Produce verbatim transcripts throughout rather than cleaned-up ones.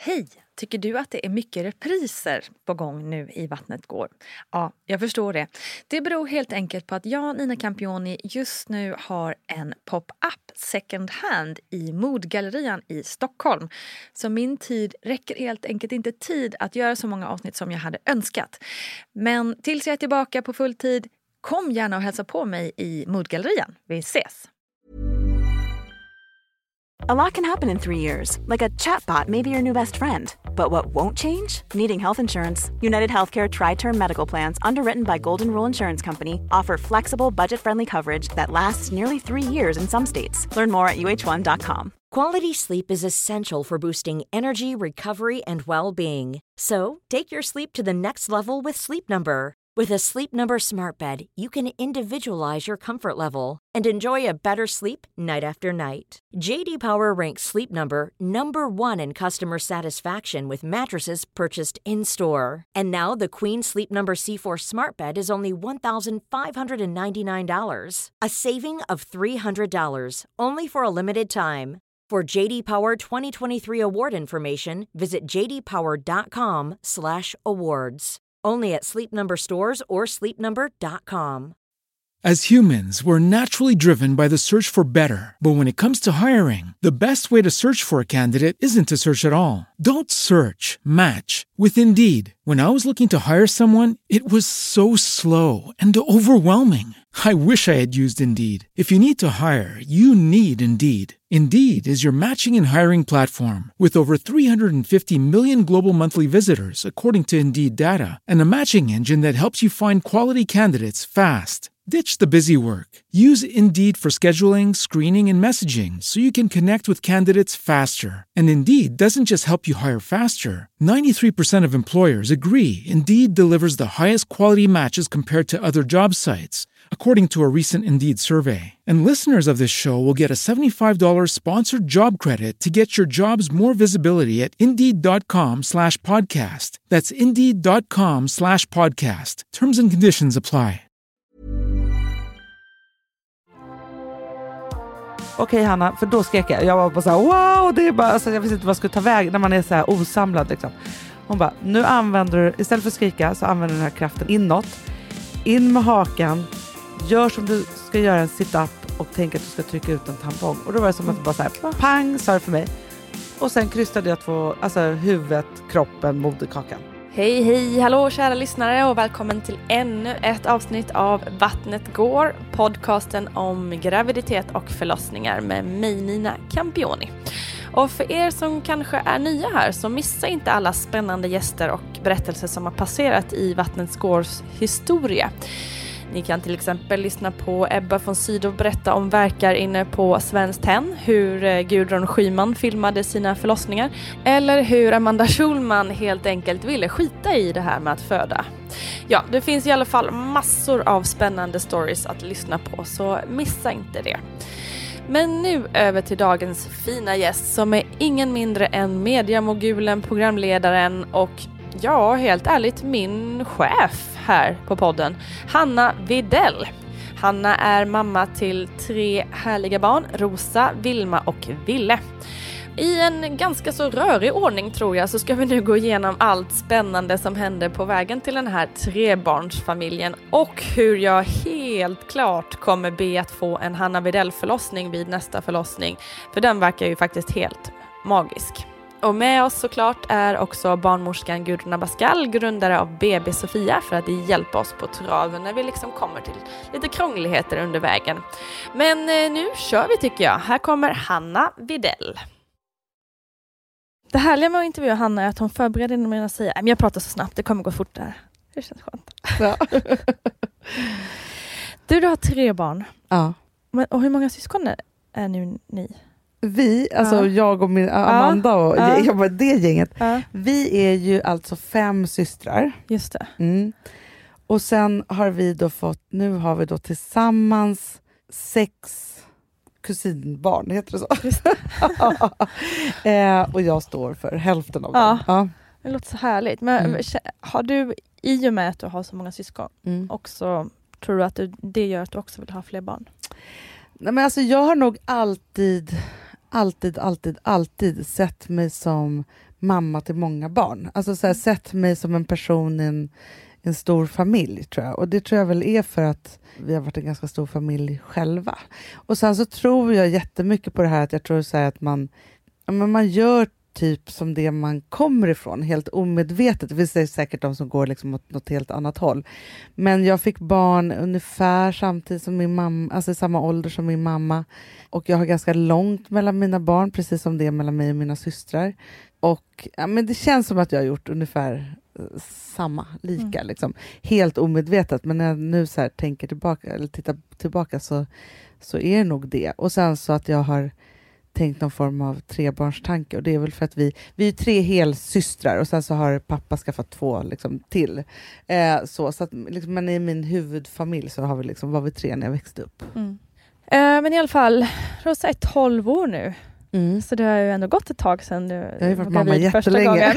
Hej! Tycker du att det är mycket repriser på gång nu i Vattnet går? Ja, jag förstår det. Det beror helt enkelt på att jag, Nina Campioni, just nu har en pop-up second hand i Modgallerian i Stockholm. Så min tid räcker helt enkelt inte tid att göra så många avsnitt som jag hade önskat. Men tills jag är tillbaka på full tid, kom gärna och hälsa på mig i Modgallerian. Vi ses! A lot can happen in three years, like a chatbot may be your new best friend. But what won't change? Needing health insurance. United Healthcare Tri-Term Medical Plans, underwritten by Golden Rule Insurance Company, offer flexible, budget-friendly coverage that lasts nearly three years in some states. Learn more at U H one dot com. Quality sleep is essential for boosting energy, recovery, and well-being. So, take your sleep to the next level with Sleep Number. With a Sleep Number smart bed, you can individualize your comfort level and enjoy a better sleep night after night. J D Power ranks Sleep Number number one in customer satisfaction with mattresses purchased in-store. And now the Queen Sleep Number C four smart bed is only one thousand five hundred ninety-nine dollars, a saving of three hundred dollars, only for a limited time. For J D Power twenty twenty-three award information, visit j d power dot com slash awards. Only at Sleep Number stores or sleep number dot com. As humans, we're naturally driven by the search for better. But when it comes to hiring, the best way to search for a candidate isn't to search at all. Don't search, match with Indeed. When I was looking to hire someone, it was so slow and overwhelming. I wish I had used Indeed. If you need to hire, you need Indeed. Indeed is your matching and hiring platform with over three hundred fifty million global monthly visitors, according to Indeed data, and a matching engine that helps you find quality candidates fast. Ditch the busy work. Use Indeed for scheduling, screening, and messaging so you can connect with candidates faster. And Indeed doesn't just help you hire faster. ninety-three percent of employers agree Indeed delivers the highest quality matches compared to other job sites, according to a recent Indeed survey. And listeners of this show will get a seventy-five dollars sponsored job credit to get your jobs more visibility at Indeed.com slash podcast. That's Indeed.com slash podcast. Terms and conditions apply. Okej Hanna, för då skrek jag. Jag var bara så här, wow, det är bara, alltså, jag visste inte vad jag skulle ta väg när man är så här osamlad liksom. Hon bara, nu använder du, istället för att skrika så använder du den här kraften inåt. In med hakan, gör som du ska göra en sit-up och tänk att du ska trycka ut en tampong. Och då var det som att det bara så här, pang, sa det för mig. Och sen krystade jag två, alltså huvudet, kroppen, moderkakan. Hej, hej, hallå kära lyssnare och välkommen till ännu ett avsnitt av Vattnet går, podcasten om graviditet och förlossningar med mig Nina Campioni. Och för er som kanske är nya här så missa inte alla spännande gäster och berättelser som har passerat i Vattnet gårs historia. Ni kan till exempel lyssna på Ebba von Sydow berätta om verkar inne på Svenskt Tenn, hur Gudrun Schyman filmade sina förlossningar, eller hur Amanda Schulman helt enkelt ville skita i det här med att föda. Ja, det finns i alla fall massor av spännande stories att lyssna på, så missa inte det. Men nu över till dagens fina gäst som är ingen mindre än mediamogulen, programledaren och ja, helt ärligt min chef här på podden, Hanna Widell. Hanna är mamma till tre härliga barn, Rosa, Vilma och Ville. I en ganska så rörig ordning tror jag så ska vi nu gå igenom allt spännande som händer på vägen till den här trebarnsfamiljen och hur jag helt klart kommer be att få en Hanna Widell-förlossning vid nästa förlossning, för den verkar ju faktiskt helt magisk. Och med oss såklart är också barnmorskan Gudrun Abascal, grundare av B B Sofia, för att hjälpa oss på traven när vi liksom kommer till lite krångligheter under vägen. Men eh, nu kör vi tycker jag. Här kommer Hanna Widell. Det härliga med att intervjua Hanna är att hon förbereder med att säga men jag pratar så snabbt, det kommer gå fort där. Det känns skönt. Ja. Du, du har tre barn. Ja. Men, och hur många syskon är, är nu ni? Vi, alltså ja. jag och min Amanda och ja. jag var det gänget. Ja. Vi är ju alltså fem systrar. Just det. Mm. Och sen har vi då fått, nu har vi då tillsammans sex kusinbarn, heter det så? Just det. eh, och jag står för hälften av ja. dem. Ja. Det låter så härligt. Men mm. har du, i och med att du har så många syskon, mm. också, tror du att du, det gör att du också vill ha fler barn? Nej, men alltså jag har nog alltid alltid, alltid, alltid sett mig som mamma till många barn. Alltså så här, sett mig som en person i en, en stor familj tror jag. Och det tror jag väl är för att vi har varit en ganska stor familj själva. Och sen så tror jag jättemycket på det här att jag tror så här att man, ja, men man gör typ som det man kommer ifrån, helt omedvetet. Det finns säkert de som går liksom åt något helt annat håll. Men jag fick barn ungefär samtidigt som min mamma, alltså i samma ålder som min mamma. Och jag har ganska långt mellan mina barn, precis som det är mellan mig och mina systrar. Och ja, men det känns som att jag har gjort ungefär samma, lika, mm. liksom. Helt omedvetet. Men när jag nu så här tänker tillbaka, eller tittar tillbaka så, så är det nog det. Och sen så att jag har tänkt någon form av trebarnstanke. Och det är väl för att vi, vi är tre helsystrar och sen så har pappa skaffat två liksom, till. Eh, så, så att, liksom, men i min huvudfamilj så har vi liksom, var vi tre när jag växte upp. Mm. Eh, men i alla fall, Rosa är tolv år nu. Mm. Så det har ju ändå gått ett tag sedan du jag har ju varit mamma jättelänge.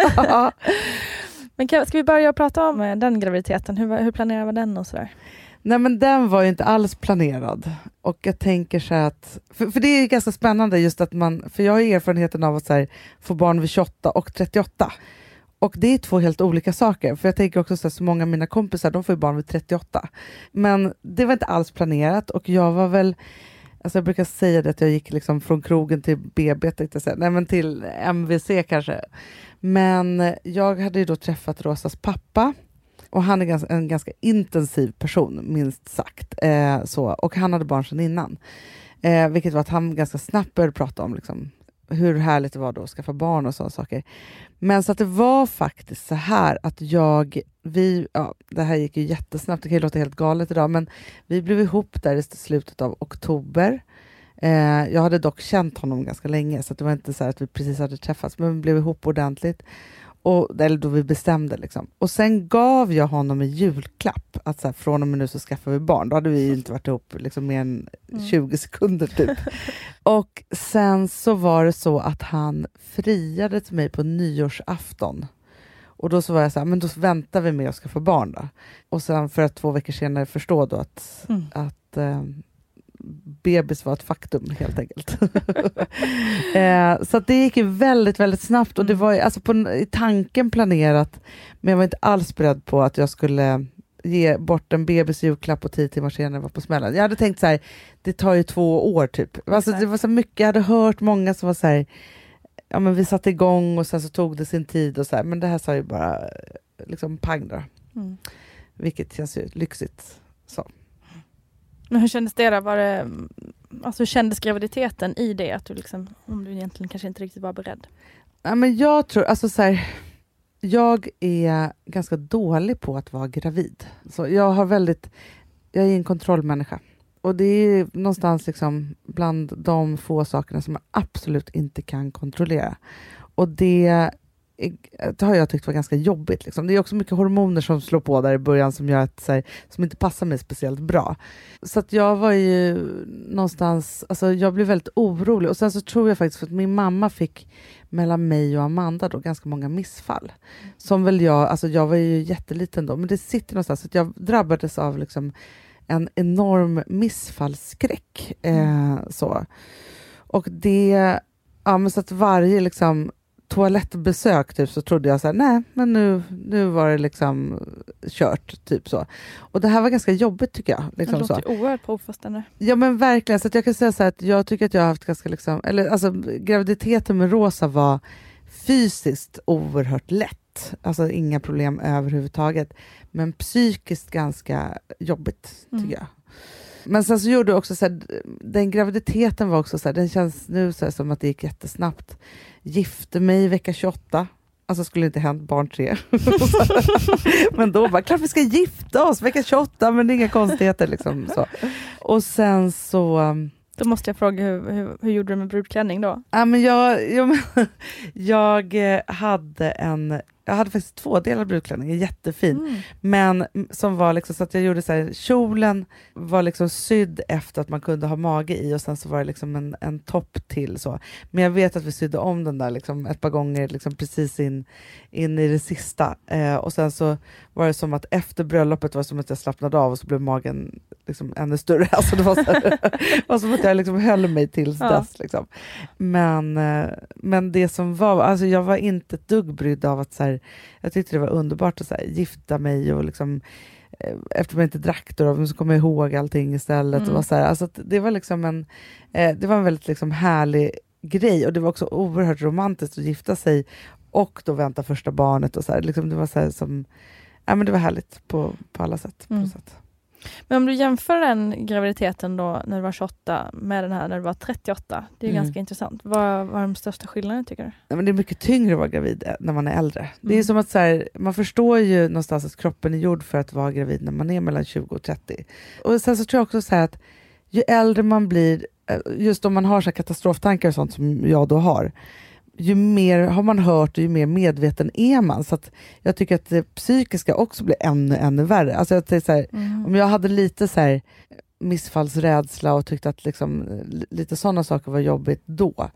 Men kan, ska vi börja prata om den graviditeten? Hur, hur planerar den och sådär? Nej, men den var ju inte alls planerad. Och jag tänker så att, för, för det är ganska spännande just att man, för jag har erfarenheten av att så här, få barn vid tjugoåtta och trettioåtta. Och det är två helt olika saker. För jag tänker också så, här, så många av mina kompisar, de får ju barn vid trettioåtta. Men det var inte alls planerat och jag var väl, alltså jag brukar säga det att jag gick liksom från krogen till B B, jag säga. Nej, men till M V C kanske. Men jag hade ju då träffat Rosas pappa. Och han är ganska, en ganska intensiv person, minst sagt. Eh, så. Och han hade barn sedan innan. Eh, vilket var att han ganska snabbt började prata om liksom, hur härligt det var då att skaffa barn och sådana saker. Men så att det var faktiskt så här att jag, vi, ja, det här gick ju jättesnabbt, det kan ju låta helt galet idag, men vi blev ihop där i slutet av oktober. Eh, jag hade dock känt honom ganska länge, så att det var inte så här att vi precis hade träffats, men vi blev ihop ordentligt. Och, eller då vi bestämde liksom. Och sen gav jag honom en julklapp. Att så här, från och med nu så skaffar vi barn. Då hade vi ju inte varit ihop liksom mer än tjugo sekunder typ. Och sen så var det så att han friade till mig på nyårsafton. Och då så var jag så här, men då väntar vi med att skaffa barn då. Och sen för att två veckor senare förstå då att, mm. att eh, bebis var ett faktum helt enkelt. eh, så att det gick ju väldigt, väldigt snabbt och det var ju alltså på, i tanken planerat, men jag var inte alls beredd på att jag skulle ge bort en bebis julklapp och tio timmar senare var på smällen. Jag hade tänkt så här, det tar ju två år typ. Alltså, det var så mycket, jag hade hört många som var så här, ja men vi satte igång och sen så tog det sin tid och så här, men det här sa ju bara liksom pang då. Mm. Vilket känns ju lyxigt så. Men hur kändes det då? Var det, alltså hur kändes graviditeten i det? Att du liksom, om du egentligen kanske inte riktigt var beredd? Ja, men jag tror, alltså så här, jag är ganska dålig på att vara gravid. Så jag har väldigt, jag är en kontrollmänniska. Och det är någonstans liksom bland de få sakerna som man absolut inte kan kontrollera. Och det, det har jag tyckt var ganska jobbigt. Liksom. Det är också mycket hormoner som slår på där i början som gör att, så här, som inte passar mig speciellt bra. Så att jag var ju någonstans, alltså jag blev väldigt orolig. Och sen så tror jag faktiskt att min mamma fick mellan mig och Amanda då ganska många missfall. Som väl jag, alltså jag var ju jätteliten då, men det sitter någonstans. Så att jag drabbades av liksom en enorm missfallsskräck. Eh, så. Och det, ja men så att varje liksom toalettbesök typ, så trodde jag så här, nej men nu, nu var det liksom kört typ så. Och det här var ganska jobbigt tycker jag. Liksom, det låter så oerhört påfrestande. Ja men verkligen, så att jag kan säga så här att jag tycker att jag har haft ganska liksom, eller alltså graviditeten med Rosa var fysiskt oerhört lätt. Alltså inga problem överhuvudtaget. Men psykiskt ganska jobbigt tycker mm. jag. Men sen så gjorde jag också så här, den graviditeten var också så här, den känns nu så här som att det gick jättesnabbt. Gifte mig i vecka tjugoåtta. Alltså skulle inte hänt barn tre. Men då bara, klart vi ska gifta oss vecka tjugoåtta, men det är inga konstigheter liksom så. Och sen så då måste jag fråga, hur, hur, hur gjorde du med brudklänning då? Ja, men jag, jag, jag hade en jag hade faktiskt två delar brudklänning, jättefin. Mm. Men som var liksom så att jag gjorde så här, kjolen var liksom sydd efter att man kunde ha mage i och sen så var det liksom en, en topp till så. Men jag vet att vi sydde om den där liksom ett par gånger liksom precis in, in i det sista. Eh, och sen så var det som att efter bröllopet var det som att jag slappnade av och så blev magen liksom ännu större. Alltså det var, så här, det var som att jag liksom höll mig tills Ja. dess. Liksom. Men, eh, men det som var, alltså jag var inte ett dugg brydd av att så här, jag tyckte det var underbart att så här, gifta mig och liksom, eh, eftersom jag inte drack då, så kom jag ihåg allting istället. Mm. Och var så här, alltså att det var liksom en, eh, det var en väldigt liksom härlig grej och det var också oerhört romantiskt att gifta sig och då vänta första barnet och så här, liksom det var så här som, ja men det var härligt på, på alla sätt. Mm. På sätt. Men om du jämför den graviditeten då när du var tjugoåtta med den här när du var trettioåtta, det är ju Mm. ganska intressant. Vad var de största skillnaderna tycker du? Nej, men det är mycket tyngre att vara gravid när man är äldre. Det är Mm. som att så här, man förstår ju någonstans att kroppen är gjord för att vara gravid när man är mellan tjugo och trettio. Och sen så tror jag också så här att ju äldre man blir, just om man har så här katastroftankar och sånt som jag då har, ju mer har man hört och ju mer medveten är man. Så att jag tycker att det psykiska också blir ännu, ännu värre. Alltså jag tänker så här, Mm. om jag hade lite så här missfallsrädsla och tyckte att liksom, lite sådana saker var jobbigt då,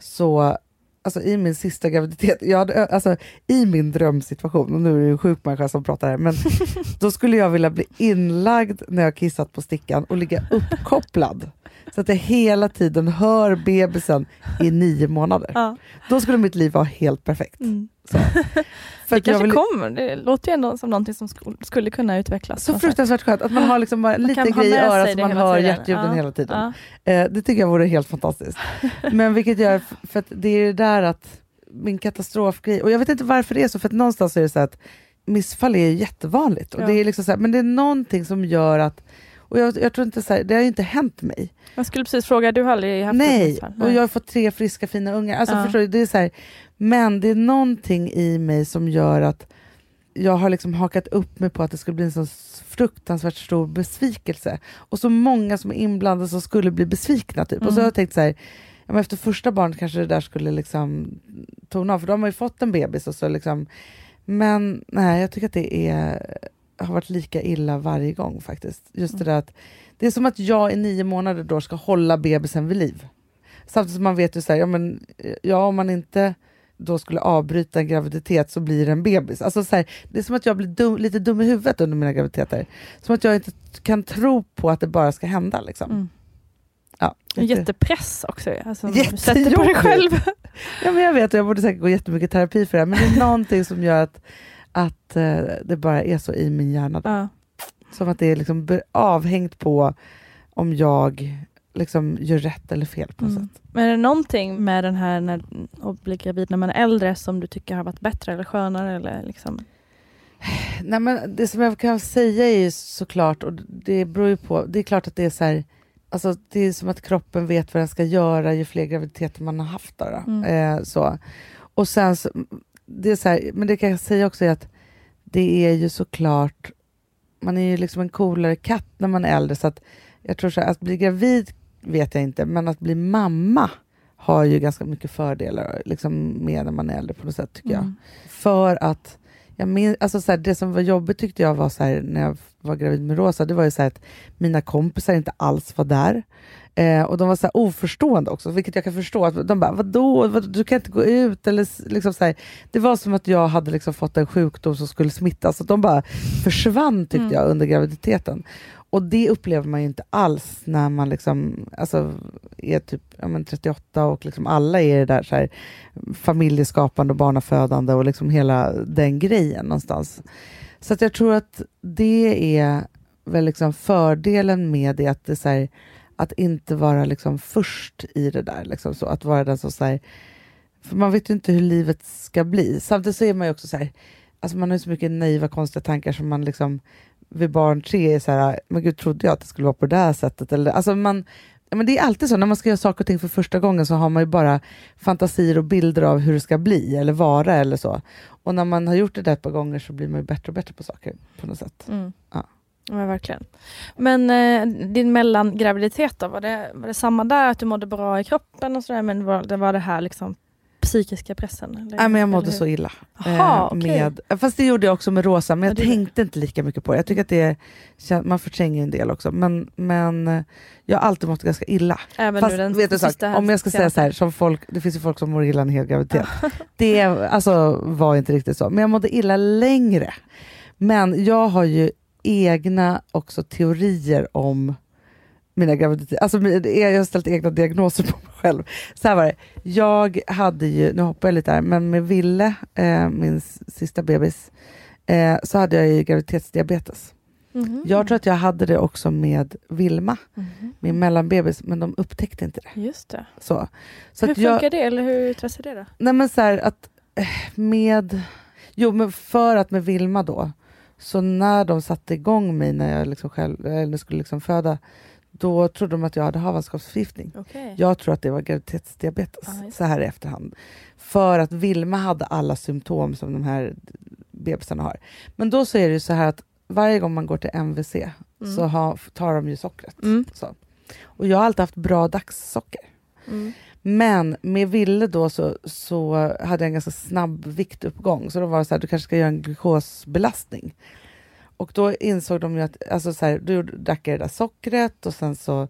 så alltså i min sista graviditet, jag hade, alltså i min drömsituation, och nu är det ju en sjuk människa som pratar här, men då skulle jag vilja bli inlagd när jag kissat på stickan och ligga uppkopplad så att jag hela tiden hör bebisen i nio månader. Ja. Då skulle mitt liv vara helt perfekt. Mm. Så. För Det att jag kanske vill, kommer. Det låter ju ändå som någonting som sk- skulle kunna utvecklas. så fruktansvärt skönt att man har liksom bara Man lite kan ha grej i med örat sig så det man hela hör tiden. hjärtljuden Ja. hela tiden. Ja. Eh, det tycker jag vore helt fantastiskt. Men vilket gör, för att det är det där att min katastrofgrej, och jag vet inte varför det är så, för att någonstans är det så att missfall är jättevanligt. Och Ja. det är liksom så här, men det är någonting som gör att, och jag, jag tror inte så här, det har ju inte hänt mig. Jag skulle precis fråga, du har aldrig haft ett Nej, missfall? och jag har fått tre friska fina ungar. Alltså Ja. förstår du, det är så här, men det är någonting i mig som gör att jag har liksom hakat upp mig på att det skulle bli en så fruktansvärt stor besvikelse. Och så många som är inblandade som skulle bli besvikna typ. Mm. Och så har jag tänkt så här, ja, men efter första barnet kanske det där skulle liksom tona av, för de har ju fått en bebis och så liksom, men nej, jag tycker att det är, har varit lika illa varje gång faktiskt. Just det där att det är som att jag i nio månader då ska hålla bebisen vid liv. Samtidigt som man vet ju så här, ja men ja, om man inte då skulle avbryta en graviditet så blir det en bebis. Alltså så här, det är som att jag blir dum, lite dum i huvudet under mina graviditeter. Som att jag inte kan tro på att det bara ska hända liksom. Mm. Ja, En jätte- jättepress också. Alltså, du Jättejobbigt. sätter på dig själv. Ja, men jag vet, och jag borde säkert gå jättemycket terapi för det här, men det är någonting som gör att, att eh, det bara är så i min hjärna. Ja. Som att det är liksom be- avhängt på om jag liksom gör rätt eller fel på något Mm. sätt. Men är det någonting med den här när, att bli gravid när man är äldre som du tycker har varit bättre eller skönare? Eller liksom? Nej, men det som jag kan säga är ju såklart, och det beror ju på, det är klart att det är så här, alltså det är som att kroppen vet vad den ska göra ju fler graviditeter man har haft då, då. Mm. Eh, så. Och sen så, det är så här, men det kan jag säga också är att det är ju såklart, man är ju liksom en coolare katt när man är äldre, så att jag tror så här, att bli gravid vet jag inte, men att bli mamma har ju ganska mycket fördelar liksom med när man är äldre på något sätt tycker jag. Mm. För att jag min, alltså så här, det som var jobbigt tyckte jag var så här, när jag var gravid med Rosa, det var ju så här att mina kompisar inte alls var där. Eh, och de var så här oförstående också, vilket jag kan förstå. Att de bara, vadå? Vad, du kan inte gå ut. Eller, liksom så här, det var som att jag hade liksom fått en sjukdom som skulle smitta. Så de bara försvann tyckte Mm. jag under graviditeten. Och det upplever man ju inte alls när man liksom, alltså, är typ ja, men trettioåtta och liksom alla är det där så här, familjeskapande och barnafödande och liksom hela den grejen någonstans. Så att jag tror att det är väl liksom fördelen med det, att det är så här, att inte vara liksom först i det där. Liksom så, att vara den som så här, för man vet ju inte hur livet ska bli. Samtidigt så är man ju också så här, alltså man har ju så mycket naiva konstiga tankar som man liksom vid barn tre är så här, men gud, trodde jag att det skulle vara på det här sättet? Eller, alltså man, ja, men det är alltid så, när man ska göra saker och ting för första gången så har man ju bara fantasier och bilder av hur det ska bli eller vara eller så. Och när man har gjort det där ett par gånger så blir man ju bättre och bättre på saker på något sätt. Mm. Ja. Ja, verkligen. Men eh, din mellangraviditet då, var det, var det samma där, att du mådde bra i kroppen och sådär, men var det, var det här liksom psykiska pressen? Eller, Nej, men jag mådde så illa. Aha, eh, okay. med, fast det gjorde jag också med Rosa, men jag ja, tänkte inte lika mycket på det. Jag tycker att det är, man förtränger en del också. Men, men jag har alltid mått ganska illa. Även fast, nu den vet du sak, om jag ska säga så här, som folk, det finns ju folk som mår illa en hel graviditet. Det alltså, var inte riktigt så. Men jag mådde illa längre. Men jag har ju egna också teorier om mina graviditeter. Alltså, jag har ställt egna diagnoser på mig själv. Så här var det. Jag hade ju, nu hoppar jag lite här, men med Ville, eh, min sista bebis, eh, så hade jag ju graviditetsdiabetes. Mm-hmm. Jag tror att jag hade det också med Vilma, mm-hmm. min mellanbebis, men de upptäckte inte det. Just det. Så. Så hur att jag, funkar det, eller hur utrasar det då? Nej, men så här att med, jo men för att med Vilma då, så när de satte igång mig när jag liksom själv, eller skulle liksom föda, då trodde de att jag hade havandeskapsförgiftning. Okay. Jag tror att det var graviditetsdiabetes, ah, så här i efterhand. För att Vilma hade alla symptom som de här bebisarna har. Men då så är det ju så här att varje gång man går till M V C mm. så har, tar de ju sockret. Mm. Så. Och jag har alltid haft bra dagssocker. Mm. Men med Ville då så, så hade jag en ganska snabb viktuppgång. Så då var det så här, du kanske ska göra en glukosbelastning. Och då insåg de ju att, alltså så här, du drack det där sockret och sen så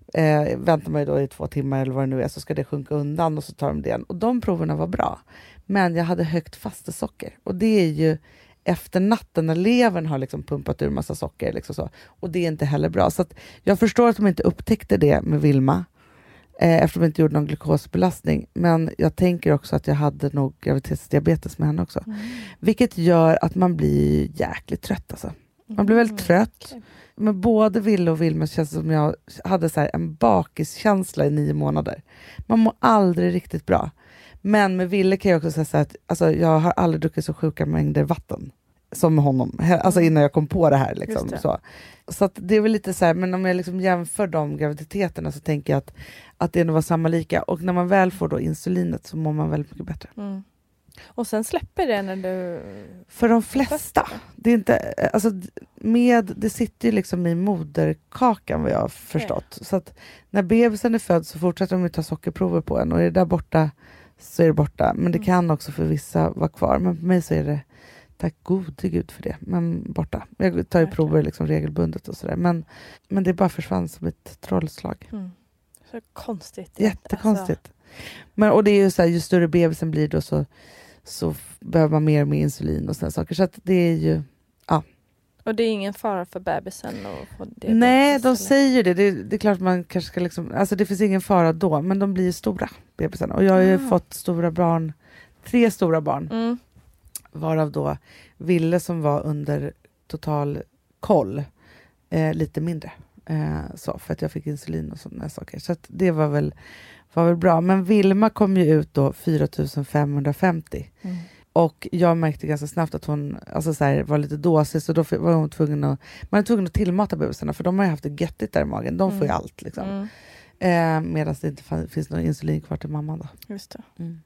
eh, väntar man ju då i två timmar eller vad det nu är, så ska det sjunka undan och så tar de det igen. Och de proverna var bra. Men jag hade högt fastesocker. Och det är ju efter natten när levern har liksom pumpat ur massa socker. Liksom så. Och det är inte heller bra. Så att jag förstår att de inte upptäckte det med Vilma. Eh, eftersom jag inte gjorde någon glukosbelastning. Men jag tänker också att jag hade nog graviditetsdiabetes med henne också. Mm. Vilket gör att man blir jäkligt trött alltså. Man blir väldigt trött. Okay. Men både Ville och Vilma känns som jag hade så här en bakiskänsla i nio månader. Man mår aldrig riktigt bra. Men med Ville kan jag också säga så att alltså, jag har aldrig druckit så sjuka mängder vatten som med honom. Alltså innan jag kom på det här. Liksom, det. Så, så att det är väl lite så här, men om jag liksom jämför de graviditeterna så tänker jag att, att det nog var samma lika. Och när man väl får då insulinet så mår man väldigt mycket bättre. Mm. Och sen släpper det när du... För de flesta. Det är inte, alltså med, det sitter ju liksom i moderkakan vad jag har förstått. Okay. Så att när bebisen är född så fortsätter de att ta sockerprover på en. Och är det där borta så är det borta. Men det mm. kan också för vissa vara kvar. Men för mig så är det, tack gode gud för det. Men borta. Jag tar ju okay. prover liksom regelbundet och sådär. Men, men det bara försvann som ett trollslag. Mm. Så konstigt. Jättekonstigt. Alltså. Men, och det är ju så här, ju större bebisen blir då så så behöver man mer med insulin och sådana saker. Så att det är ju, ja. Och det är ingen fara för bebisen? Och, och det Nej, de eller? säger det. det. Det är klart man kanske ska liksom, alltså det finns ingen fara då, men de blir stora, bebisarna. Och jag har ju mm. fått stora barn, tre stora barn. Mm. Varav då Ville som var under total koll, eh, lite mindre. Eh, så, för att jag fick insulin och sådana saker. Så att det var väl var väl bra. Men Vilma kom ju ut då fyra tusen femhundrafemtio. Mm. Och jag märkte ganska snabbt att hon alltså så här, var lite dåsig. Så då var hon tvungen att, man är tvungen att tillmata bebisarna. För de har ju haft det göttigt där i magen. De mm. får ju allt liksom. Mm. Eh, Medan det inte fann, finns någon insulin kvar till mamman då. Just det. Mm.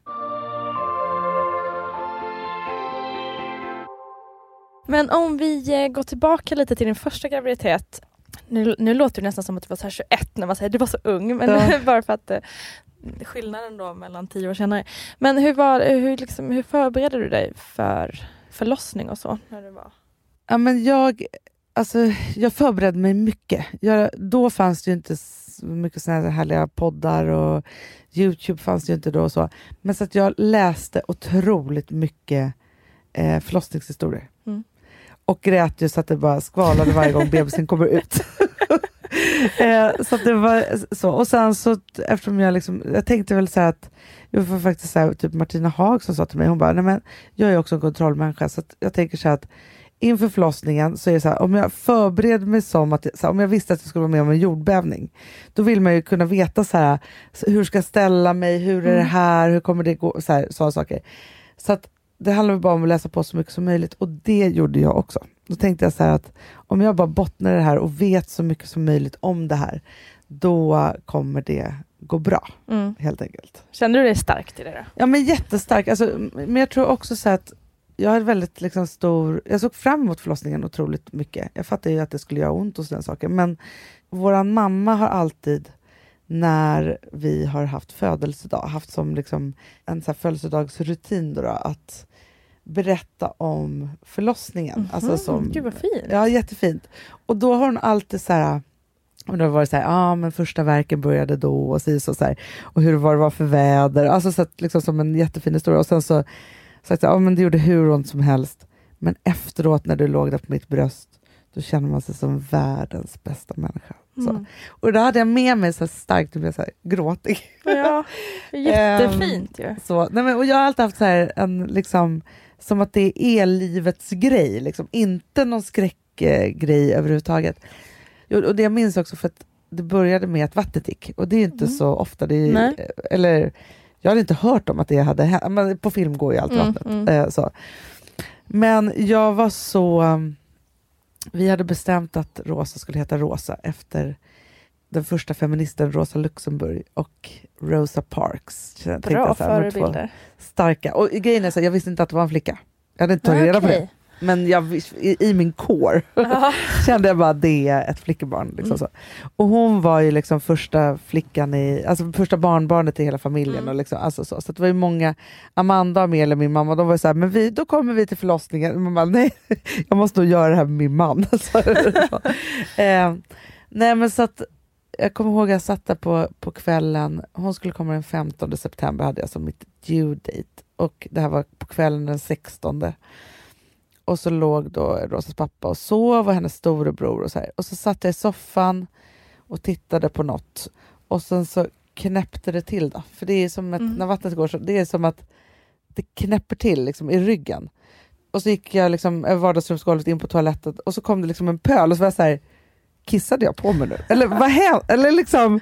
Men om vi går tillbaka lite till din första graviditet. Nu, nu låter det nästan som att du var så här tjugoett när man säger att du var så ung. Men ja. bara för att eh, skillnaden då mellan tio år senare. Men hur, var, hur, liksom, hur förberedde du dig för förlossning och så? När du var? Ja, men jag, alltså, jag förberedde mig mycket. Jag, då fanns det ju inte så mycket såna här härliga poddar och YouTube fanns det ju inte då och så. Men så att jag läste otroligt mycket eh, förlossningshistorier. Mm. Och grät ju så att det bara skvalade varje gång bebisen kommer ut. eh, så att det var så. Och sen så, eftersom jag liksom, jag tänkte väl så här att, jag får faktiskt så här, typ Martina Haag som sa till mig, hon bara, nej men jag är också en kontrollmänniska. Så att jag tänker så här att inför förlossningen så är det så här, om jag förbereder mig som att, så här, om jag visste att jag skulle vara med om en jordbävning, då vill man ju kunna veta så här, hur ska jag ställa mig, hur är det här, hur kommer det gå, så här, sådana saker. Så att det handlar bara om att läsa på så mycket som möjligt. Och det gjorde jag också. Då tänkte jag så här att om jag bara bottnar det här och vet så mycket som möjligt om det här, då kommer det gå bra. Mm. Helt enkelt. Känner du dig stark till det då? Ja, men jättestark. Alltså, men jag tror också så att jag är väldigt liksom stor... Jag såg fram emot förlossningen otroligt mycket. Jag fattade ju att det skulle göra ont och sådana saker. Men våran mamma har alltid, när vi har haft födelsedag, haft som liksom en så här födelsedagsrutin då, då att berätta om förlossningen. Mm-hmm. Alltså som, Gud vad fint. Ja, jättefint. Och då har hon alltid så här, och det har varit så här, ja ah, men första verken började då och så, så, så här, och hur var det var för väder, alltså så att, liksom som en jättefin historia. Och sen så så att ja ah, men det gjorde hur ont som helst, men efteråt när du låg där på mitt bröst, då känner man sig som världens bästa människa. Så. Mm. Och då hade jag med mig så starkt, och blev så här gråtig. Ja, jättefint ju. um, så, nej men, och jag har alltid haft så här en liksom, som att det är livets grej, liksom. Inte någon skräckgrej överhuvudtaget. Och det jag minns också, för att det började med att vattnet gick, och det är inte mm. så ofta det är, eller jag hade inte hört om att det hade hänt, men på film går ju allt mm, vattnet mm. Eh, så. Men jag var så, vi hade bestämt att Rosa skulle heta Rosa efter den första feministen Rosa Luxemburg och Rosa Parks. Bra förebilder. Starka. Och grejen är så, jag visste inte att det var en flicka. Jag hade inte tagit reda på det. Men jag, i, i min core kände jag bara att det är ett flickebarn. Liksom mm. så. Och hon var ju liksom första flickan i, alltså första barnbarnet i hela familjen. Mm. Och liksom, alltså så. Så det var ju många, Amanda och Amelia, min mamma, de var så här, men vi, då kommer vi till förlossningen. Man bara, nej, jag måste nog göra det här med min man. så, eh, nej men så att jag kommer ihåg att jag satt där på, på kvällen. Hon skulle komma den femtonde september, hade jag som mitt due date. Och det här var på kvällen den sextonde. Och så låg då Rosas pappa och sov och hennes storebror och så här. Och så satt jag i soffan och tittade på något. Och sen så knäppte det till då. För det är som ett, mm. när vattnet går så, det är som att det knäpper till liksom i ryggen. Och så gick jag liksom över vardagsrumsgolvet in på toaletten och så kom det liksom en pöl och så var jag så här, kissade jag på mig nu? Eller vad hände? Eller liksom,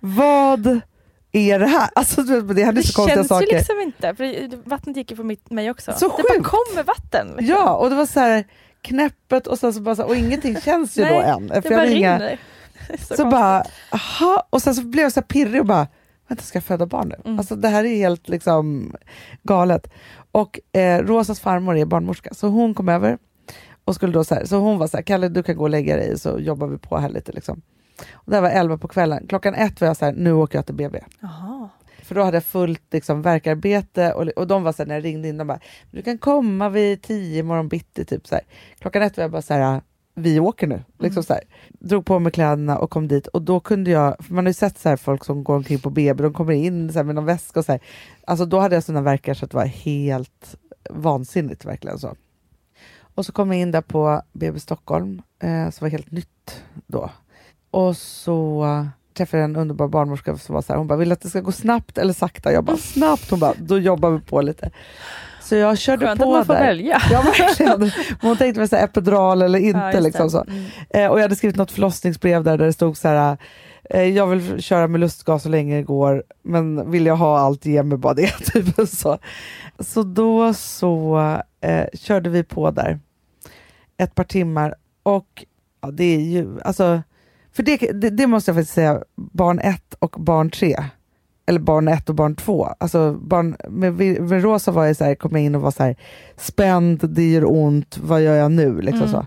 vad är det här? Alltså det hade det så konstiga saker. Det känns ju liksom inte, för vattnet gick ju på mitt, mig också. Så det sjukt. bara kommer vatten. Liksom. Ja, och det var så här knäppet och sen så bara så, och ingenting känns ju Nej, då än. Det bara inga, rinner. Så, så bara, aha, och sen så blev jag så här pirrig och bara, vänta, ska jag föda barn nu? Mm. Alltså det här är helt liksom galet. Och eh, Rosas farmor är barnmorska, så hon kom över och skulle då så här, så hon var så här, Kalle, du kan gå och lägga dig, så jobbar vi på här lite liksom. Och det var elva på kvällen. Klockan ett var jag så här, nu åker jag till B B. Aha. För då hade jag fullt liksom verkarbete och, och de var så här, när jag ringde in, de bara, du kan komma vid tio morgon bitti typ så här. Klockan ett var jag bara så här, vi åker nu. Liksom mm. så här. Drog på mig kläderna och kom dit, och då kunde jag, för man har ju sett så här folk som går omkring på B B, de kommer in så här med någon väska och så här. Alltså då hade jag sådana verkar så att det var helt vansinnigt verkligen så. Och så kom jag in där på B B Stockholm, eh, som var helt nytt då. Och så träffade jag en underbar barnmorska som var så här, hon bara, vill att det ska gå snabbt eller sakta? Jag bara, snabbt. Hon bara, då jobbar vi på lite. Så jag körde Skönt på att man får där. välja. Ja, verkligen. Hon tänkte väl så här, epidural eller inte. Ja, liksom så. Mm. Eh, och jag hade skrivit något förlossningsbrev där, där det stod så här, eh, jag vill köra med lustgas så länge det går, men vill jag ha allt, ge mig bara det. Typ så. Så då så eh, körde vi på där ett par timmar, och ja, det är ju, alltså, för det, det, det måste jag faktiskt säga, barn ett och barn tre, eller barn ett och barn två, alltså barn, med, med Rosa var jag så här, kom jag in och var så här, spänd, det gör ont, vad gör jag nu liksom mm. så.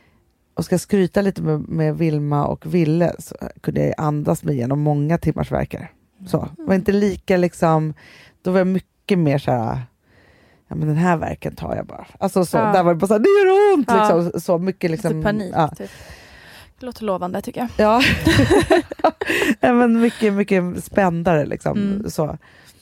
Och ska jag skryta lite med, med Vilma och Ville, så kunde jag andas mig igenom många timmars verkar. Så, var inte lika liksom, då var jag mycket mer så här, ja men den här verken tar jag bara. Alltså så, ja. Där var det bara så här, det gör ont ja. Liksom, så mycket liksom. Lite panik ja. Typ. Det låter lovande tycker jag. Ja. Ja men mycket, mycket spändare liksom. Mm. Så.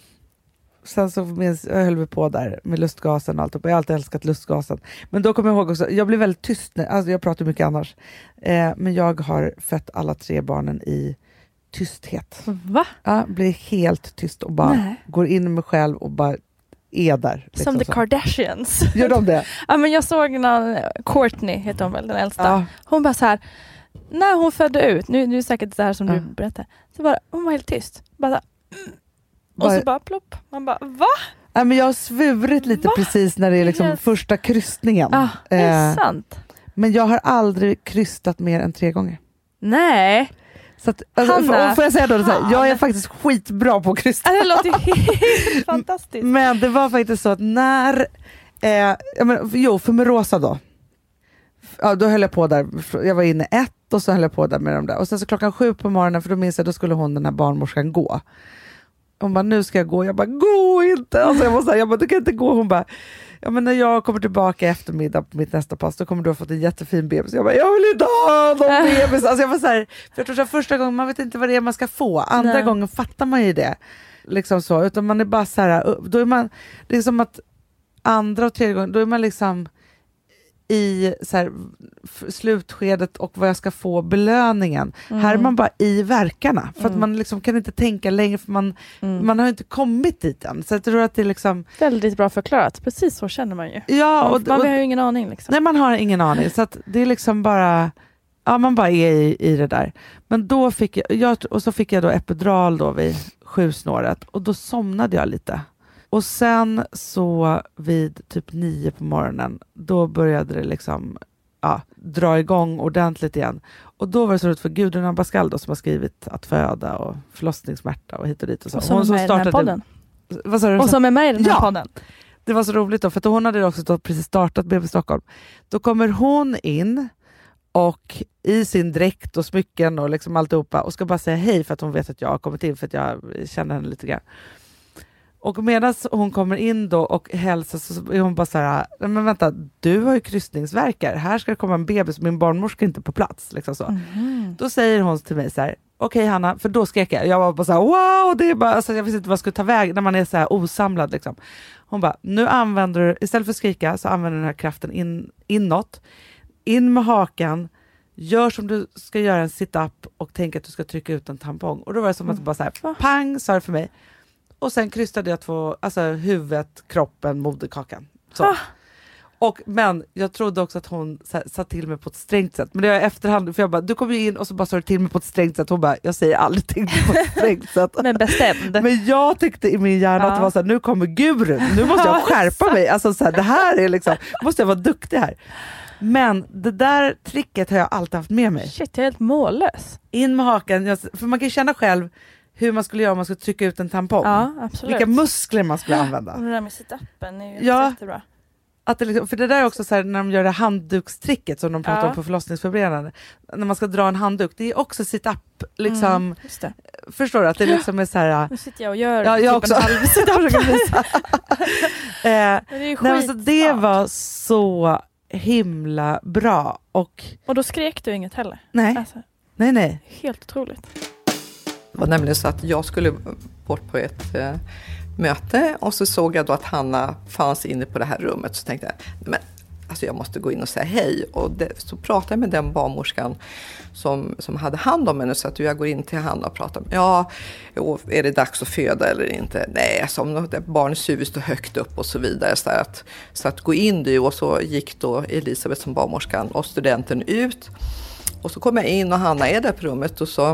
Sen så minns, jag höll vi på där med lustgasen och allt. Och jag har alltid älskat lustgasen. Men då kommer jag ihåg också, jag blev väldigt tyst. När, alltså jag pratar mycket annars. Eh, men jag har fött alla tre barnen i tysthet. Va? Ja, blir helt tyst och bara Nej. Går in i mig själv och bara är där. Liksom som The så. Kardashians. Gör de det? Ja men jag såg någon, Courtney heter hon väl, den äldsta. Ja. Hon bara så här, när hon födde ut, nu, nu är det säkert så här som ja. du berättade, så bara, hon var helt tyst. Bara så här, mm. Och bara, så bara plopp. Man bara, va? Ja, men jag har svurit lite va? Precis när det är liksom yes. första kryssningen. Ja, det är eh, sant. Men jag har aldrig krystat mer än tre gånger. Nej. Så att, alltså, Hanna, får jag säga då, så här, jag är faktiskt skitbra på att krysta. Det låter helt fantastiskt. Men det var faktiskt så att när, eh, jag men, jo för med Rosa då. Ja, då höll jag på där. Jag var inne ett och så höll jag på där med dem där. Och sen så klockan sju på morgonen, för då minns jag, då skulle hon, den här barnmorskan, gå. Hon bara, nu ska jag gå. Jag bara, gå inte. Alltså jag, måste, jag bara, du kan inte gå. Hon bara, ja men när jag kommer tillbaka i eftermiddag på mitt nästa pass, då kommer du ha fått en jättefin bebis. Jag bara, jag vill inte ha någon bebis. Alltså jag var så här, för jag tror så här, första gången man vet inte vad det är man ska få. Andra Nej. gången fattar man ju det. Liksom så. Utan man är bara så här, då är man, det är som att andra och tredje gången, då är man liksom i så här, slutskedet och vad jag ska få belöningen. Mm. Här är man bara i verkarna. För mm. att man liksom kan inte tänka längre, för man, mm. man har inte kommit dit än. Så jag tror att det är liksom... Väldigt bra förklarat. Precis så känner man ju. Ja, och, man och, har ju ingen aning. Liksom. Nej, man har ingen aning. Så att det är liksom bara... Ja, man bara är i, i det där. Men då fick jag, jag... Och så fick jag då epidural då vid sjusnåret. Och då somnade jag lite. Och sen så vid typ nio på morgonen, då började det liksom ja, dra igång ordentligt igen. Och då var det så roligt för Gudrun Abascal då, som har skrivit Att föda och förlossningssmärta och hit och dit. Och, så. Och som hon är med i den här podden. Vad sa du? Och som är med i den här ja. podden. Det var så roligt då, för att hon hade också då precis startat B B Stockholm. Då kommer hon in och i sin dräkt och smycken och liksom alltihopa och ska bara säga hej för att hon vet att jag har kommit in, för att jag känner henne lite grann. Och medan hon kommer in då och hälsar, så är hon bara så här, men vänta, du har ju kryssningsverkar. Här ska det komma en bebis, min barnmorska är inte på plats. Liksom så. Mm. Då säger hon till mig så här, okej okay, Hanna, för då skrek jag. Jag var bara så här, wow, det är bara, alltså, jag visste inte vad jag skulle ta väg när man är så här osamlad. Liksom. Hon bara, nu använder du, istället för att skrika så använder du den här kraften in, inåt. In med hakan, gör som du ska göra en sit-up och tänk att du ska trycka ut en tampong. Och då var det som att det bara så här, pang, sa det för mig. Och sen krystade jag två, alltså huvudet, kroppen, moderkakan. Så. Ah. Och, men jag trodde också att hon här, satt till mig på ett strängt sätt. Men det var efterhand, för jag bara, du kommer ju in och så bara sa du till mig på ett strängt sätt. Hon bara, jag säger aldrig till mig på ett strängt sätt. Men bestämd. Men jag tyckte i min hjärna ah. att det var så här, nu kommer gurun. Nu måste jag skärpa mig. Alltså så här, det här är liksom, måste jag vara duktig här. Men det där tricket har jag alltid haft med mig. Shit, jag är helt mållös. In med hakan, jag, för man kan känna själv hur man skulle göra om man skulle trycka ut en tampong. Ja, absolut. Vilka muskler man skulle använda. Och det där med sit-upen är ju ja, jättebra. Att det liksom, för det där är också så här, när de gör det handdukstricket som de pratar ja. om på förlossningsförberedande. När man ska dra en handduk, det är också sit-up. Liksom, mm, just det. Förstår du? Att det liksom är så här... Nu sitter jag och gör ja, jag typ också. en halv sit-up. eh, det, nej, så det var så himla bra. Och, och då skrek du inget heller? Nej, alltså, nej, nej. Helt otroligt. Det var nämligen så att jag skulle bort på ett eh, möte och så såg jag då att Hanna fanns inne på det här rummet. Så tänkte jag, men alltså jag måste gå in och säga hej. Och det, så pratade jag med den barnmorskan som, som hade hand om henne. Så att jag går in till Hanna och pratar. Ja, är det dags att föda eller inte? Nej, som barnets huvud står högt upp och så vidare. Så att, så att gå in du. Och så gick då Elisabeth som barnmorskan och studenten ut. Och så kom jag in och Hanna är där på rummet och så...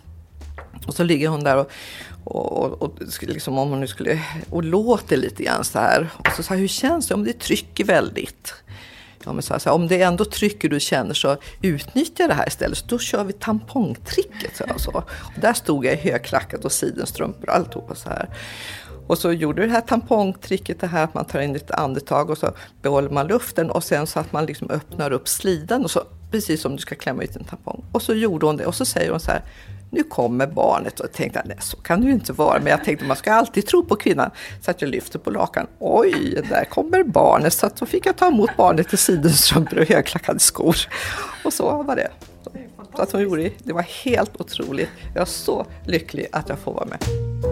Och så ligger hon där och, och, och, och liksom om hon nu skulle och låter lite grann så här. Och så sa hur känns det om det trycker väldigt? Ja, men så här, så här, om det ändå trycker du känner så utnyttja det här istället. Så då kör vi tampongtricket. Så, så. Och där stod jag i högklackat och sidenstrumpor och alltihopa så här. Och så gjorde vi det här tampongtricket, det här att man tar in lite andetag och så behåller man luften. Och sen så att man liksom öppnar upp slidan och så precis som du ska klämma ut en tampong. Och så gjorde hon det och så säger hon så här, nu kommer barnet. Och jag tänkte, nej så kan det ju inte vara. Men jag tänkte, man ska alltid tro på kvinnan. Så att jag lyfter på lakan. Oj, där kommer barnet. Så att då fick jag ta emot barnet i sidenstrumpor och högklackade skor. Och så var det. Så att hon gjorde det. Det var helt otroligt. Jag är så lycklig att jag får vara med.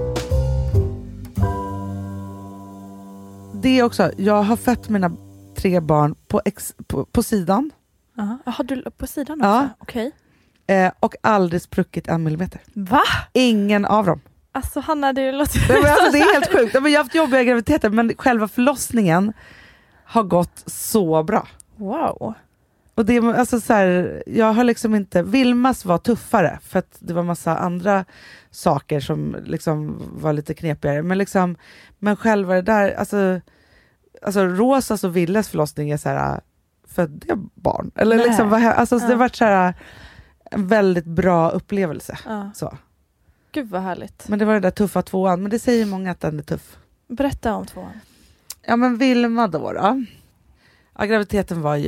Det är också, jag har fött mina tre barn på, ex, på, på sidan. Jaha, uh-huh. Du på sidan också? Ja. Okej. Okay. Eh, och aldrig spruckit en millimeter. Va? Ingen av dem. Alltså Hanna, det låter... Nej, men alltså, det är helt sjukt. Jag har haft jobbiga graviditeter men själva förlossningen har gått så bra. Wow. Och det, alltså, så här, jag har liksom inte... Vilmas var tuffare för att det var massa andra saker som liksom var lite knepigare. Men, liksom, men själva det där... Alltså, alltså Rosas och Villes förlossning är så här... Födde jag barn? Eller liksom, alltså, ja. Det har varit så här... En väldigt bra upplevelse. Ja. Så. Gud vad härligt. Men det var det där tuffa tvåan. Men det säger många att den är tuff. Berätta om tvåan. Ja men Vilma då då. Ja, graviditeten var ju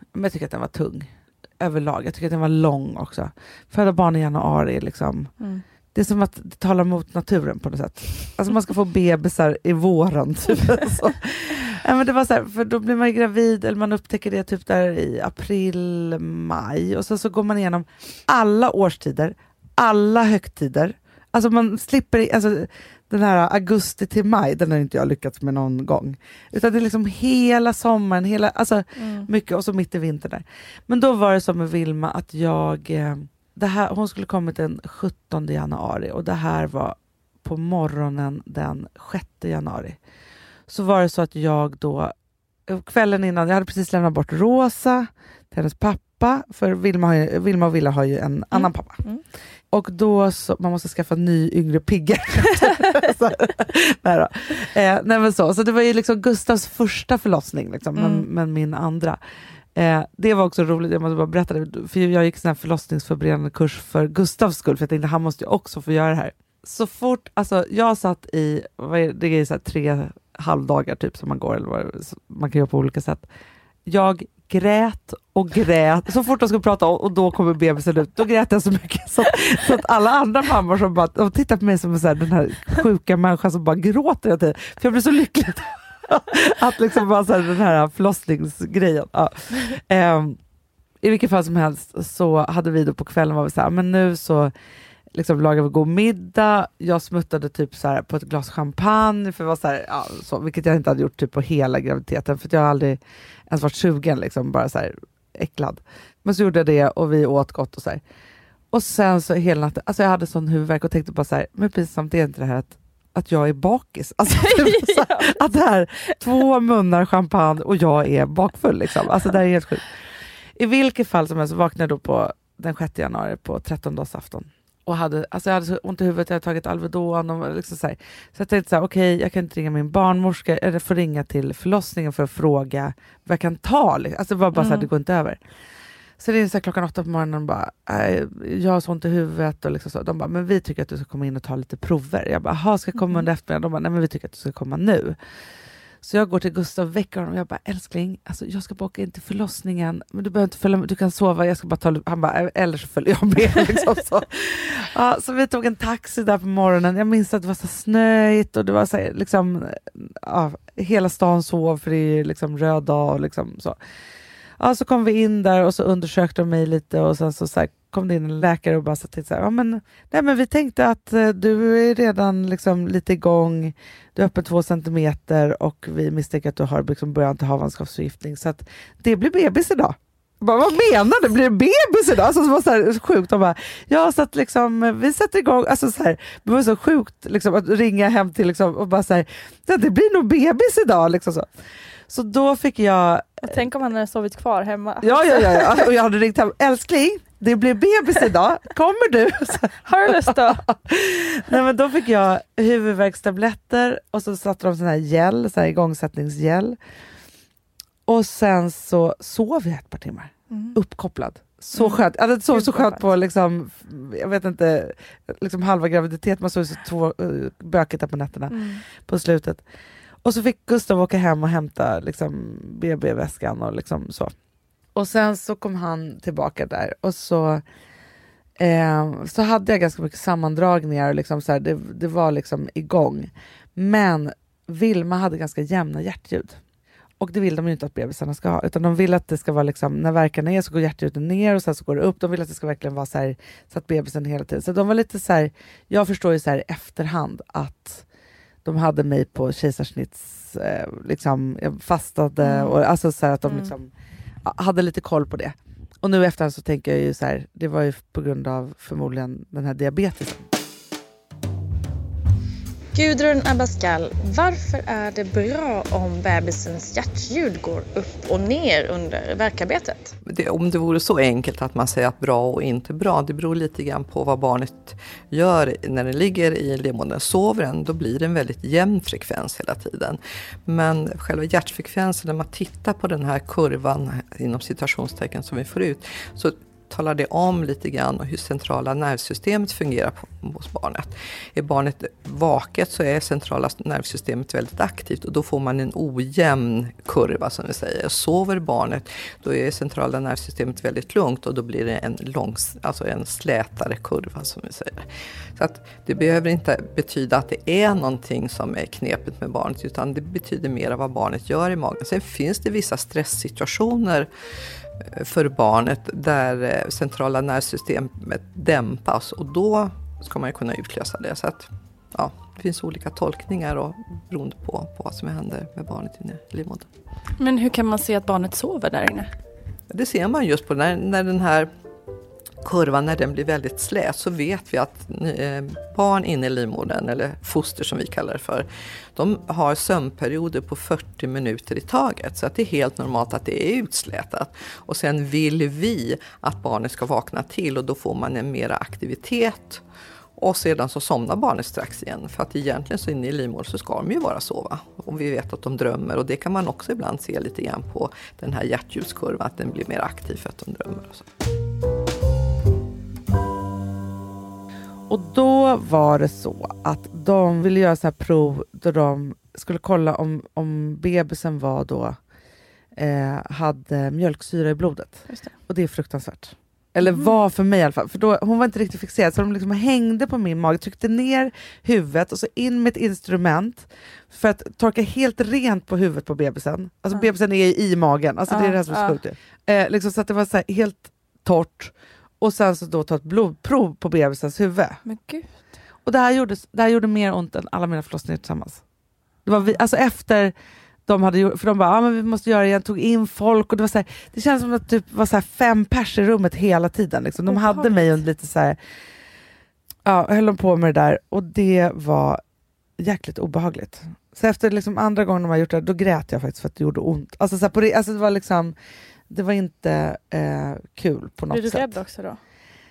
men jag tycker att den var tung överlag. Jag tycker att den var lång också. Föda barn i januari liksom. Mm. Det är som att det talar mot naturen på något sätt. Alltså man ska få bebisar i våren. Typ. Så. Ja, men det var så här, för då blir man gravid, eller man upptäcker det typ där i april, maj. Och så, så går man igenom alla årstider, alla högtider. Alltså man slipper, alltså den här augusti till maj, den har inte jag lyckats med någon gång. Utan det är liksom hela sommaren, hela, alltså mm. mycket, och så mitt i vintern där. Men då var det som med Vilma att jag, det här, hon skulle kommit den sjuttonde januari och det här var på morgonen den sjätte januari. Så var det så att jag då, kvällen innan, jag hade precis lämnat bort Rosa till hennes pappa, för Vilma, har ju, Vilma och Villa har ju en mm. annan pappa. Mm. Och då så, man måste skaffa ny yngre pigga. så, nej då. Eh, nej men så, så det var ju liksom Gustavs första förlossning liksom, mm. men, men min andra. Eh, det var också roligt, jag måste bara berätta det, för jag gick sån här förlossningsförberedande kurs för Gustavs skull, för jag tänkte han måste ju också få göra det här. Så fort, alltså jag satt i, vad är, det är så här tre halvdagar typ som man går, eller vad, man kan göra på olika sätt. Jag grät och grät så fort de skulle prata, och då kommer bebisen ut, då grät jag så mycket så, så att alla andra mammor som bara, de tittar på mig som så här, den här sjuka människan som bara gråter hela tiden, för jag blir så lycklig att liksom bara så här, den här förlossningsgrejen. Ja. Um, i vilket fall som helst så hade vi då på kvällen var vi så här, men nu så liksom lagade vi god middag, jag smuttade typ så här på ett glas champagne, för det var så här, ja, så, vilket jag inte hade gjort typ på hela graviditeten, för jag har aldrig ens varit sugen liksom, bara så här äcklad. Men så gjorde jag det och vi åt gott och så här. Och sen så hela natten, alltså jag hade sån huvudvärk och tänkte bara så här, men pinsamt är inte det här att, att jag är bakis. Alltså så här, att det här, två munnar champagne och jag är bakfull liksom. Alltså det här är helt sjukt. I vilket fall som helst så vaknade jag då på den sjätte januari på trettondagsafton. Och hade, alltså jag hade så ont i huvudet, jag hade tagit Alvedon och liksom så här. Så jag tänkte så här, okej, okay, jag kan inte ringa min barnmorska, eller få ringa till förlossningen för att fråga vad jag kan ta. Alltså det var bara mm. så här, det går inte över. Så det är så här, klockan åtta på morgonen och bara, jag har så ont i huvudet och liksom så. De bara, men vi tycker att du ska komma in och ta lite prover. Jag bara, aha, ska jag komma mm. under eftermiddagen? De bara, nej men vi tycker att du ska komma nu. Så jag går till Gustav, väcker honom och jag bara, älskling, alltså jag ska bara åka in till förlossningen, men du behöver inte följa med, du kan sova, jag ska bara ta, han bara, eller så följer jag med liksom så. Ja, så vi tog en taxi där på morgonen, jag minns att det var så snöigt och det var så här, liksom, ja, hela stan sov för det är liksom röd dag och liksom så. Ja, så kom vi in där och så undersökte de mig lite och sen så, så här, kom det in en läkare och bara sa till så här, ja men, nej, men vi tänkte att eh, du är redan liksom lite igång, du är öppen två centimeter och vi misstänker att du har liksom början till havandeskapsförgiftning, så att det blir bebis idag. Bara, vad menar du? Blir det bebis idag? Alltså, det var så här sjukt. De bara, ja, så att liksom, vi sätter igång, alltså så här, det var så sjukt liksom, att ringa hem till liksom, och bara så här, det blir nog bebis idag liksom så. Så då fick jag... Tänk om han hade sovit kvar hemma. Ja, ja, ja, ja. Och jag hade ringt hem. Älskling, det blir bebis idag. Kommer du? Har du lust då? Nej, men då fick jag huvudvärkstabletter och så satte de sån här gel, sån här igångsättningsgel. Och sen så sov jag ett par timmar. Mm. Uppkopplad. Så mm. skönt. Jag sov så skönt på liksom, jag vet inte, liksom halva graviditet. Man sov så två uh, bökigt där på nätterna mm. på slutet. Och så fick Gustav åka hem och hämta liksom B B-väskan och liksom så. Och sen så kom han tillbaka där och så eh, så hade jag ganska mycket sammandragningar och liksom så här, det, det var liksom igång. Men Vilma hade ganska jämna hjärtljud. Och det vill de ju inte att bebisarna ska ha, utan de vill att det ska vara liksom, när verkarna är så går hjärtljuden ner och sen så går det upp. De vill att det ska verkligen vara så här, så att bebisen hela tiden. Så de var lite så här, jag förstår ju så här i efterhand att de hade mig på kejsarsnitts, eh, liksom, jag fastade mm. och alltså så här att de mm. liksom hade lite koll på det. Och nu efterhand så tänker jag ju så här, det var ju på grund av förmodligen den här diabetesen. Gudrun Abascal, varför är det bra om bebisens hjärtljud går upp och ner under värkarbetet? Det, om det vore så enkelt att man säger att bra och inte bra, det beror lite grann på vad barnet gör när den ligger i livmodern. Sover den, då blir det en väldigt jämn frekvens hela tiden. Men själva hjärtfrekvensen, när man tittar på den här kurvan inom citationstecken som vi får ut, så talar det om lite grann hur centrala nervsystemet fungerar på, hos barnet. Är barnet vaket så är centrala nervsystemet väldigt aktivt och då får man en ojämn kurva som vi säger. Sover barnet då är centrala nervsystemet väldigt lugnt och då blir det en, långs, alltså en slätare kurva som vi säger. Så att det behöver inte betyda att det är någonting som är knepigt med barnet utan det betyder mer vad barnet gör i magen. Sen finns det vissa stresssituationer för barnet där centrala nervsystemet dämpas och då ska man ju kunna utlösa det. Så att, ja, det finns olika tolkningar och beroende på, på vad som händer med barnet inne i livmodern. Men hur kan man se att barnet sover där inne? Det ser man just på när, när den här kurvan, när den blir väldigt slät så vet vi att eh, barn inne i livmodern, eller foster som vi kallar det för, de har sömnperioder på fyrtio minuter i taget. Så att det är helt normalt att det är utslätat. Och sen vill vi att barnet ska vakna till och då får man en mera aktivitet. Och sedan så somnar barnet strax igen. För att egentligen så inne i livmodern så ska de ju bara sova. Och vi vet att de drömmer. Och det kan man också ibland se lite grann på den här hjärtljuskurvan. Att den blir mer aktiv för att de drömmer och så. Och då var det så att de ville göra så här prov då de skulle kolla om, om bebisen var då eh, hade mjölksyra i blodet. Just det. Och det är fruktansvärt. Eller mm. var för mig i alla fall. För då, hon var inte riktigt fixerad så de liksom hängde på min mage, tryckte ner huvudet och så in med ett instrument för att torka helt rent på huvudet på bebisen. Alltså mm. bebisen är i magen. Alltså mm. det är det här som är sjukt. Eh, liksom så att det var så här helt torrt. Och sen så då ta ett blodprov på bebisens huvud. Men gud. Och det här, gjorde, det här gjorde mer ont än alla mina förlossningar tillsammans. Det var vi, alltså efter de hade gjort, för de bara, ja ah, men vi måste göra det igen, tog in folk och det var så här, det kändes som att det typ var så här fem pers i rummet hela tiden. Liksom. De oh, hade mig under lite så här, ja, höll de på med det där och det var jäkligt obehagligt. Så efter liksom andra gången de har gjort det, då grät jag faktiskt för att det gjorde ont. Alltså, så här, på det, alltså det var liksom det var inte eh, kul på något sätt. Blir du rädd också då?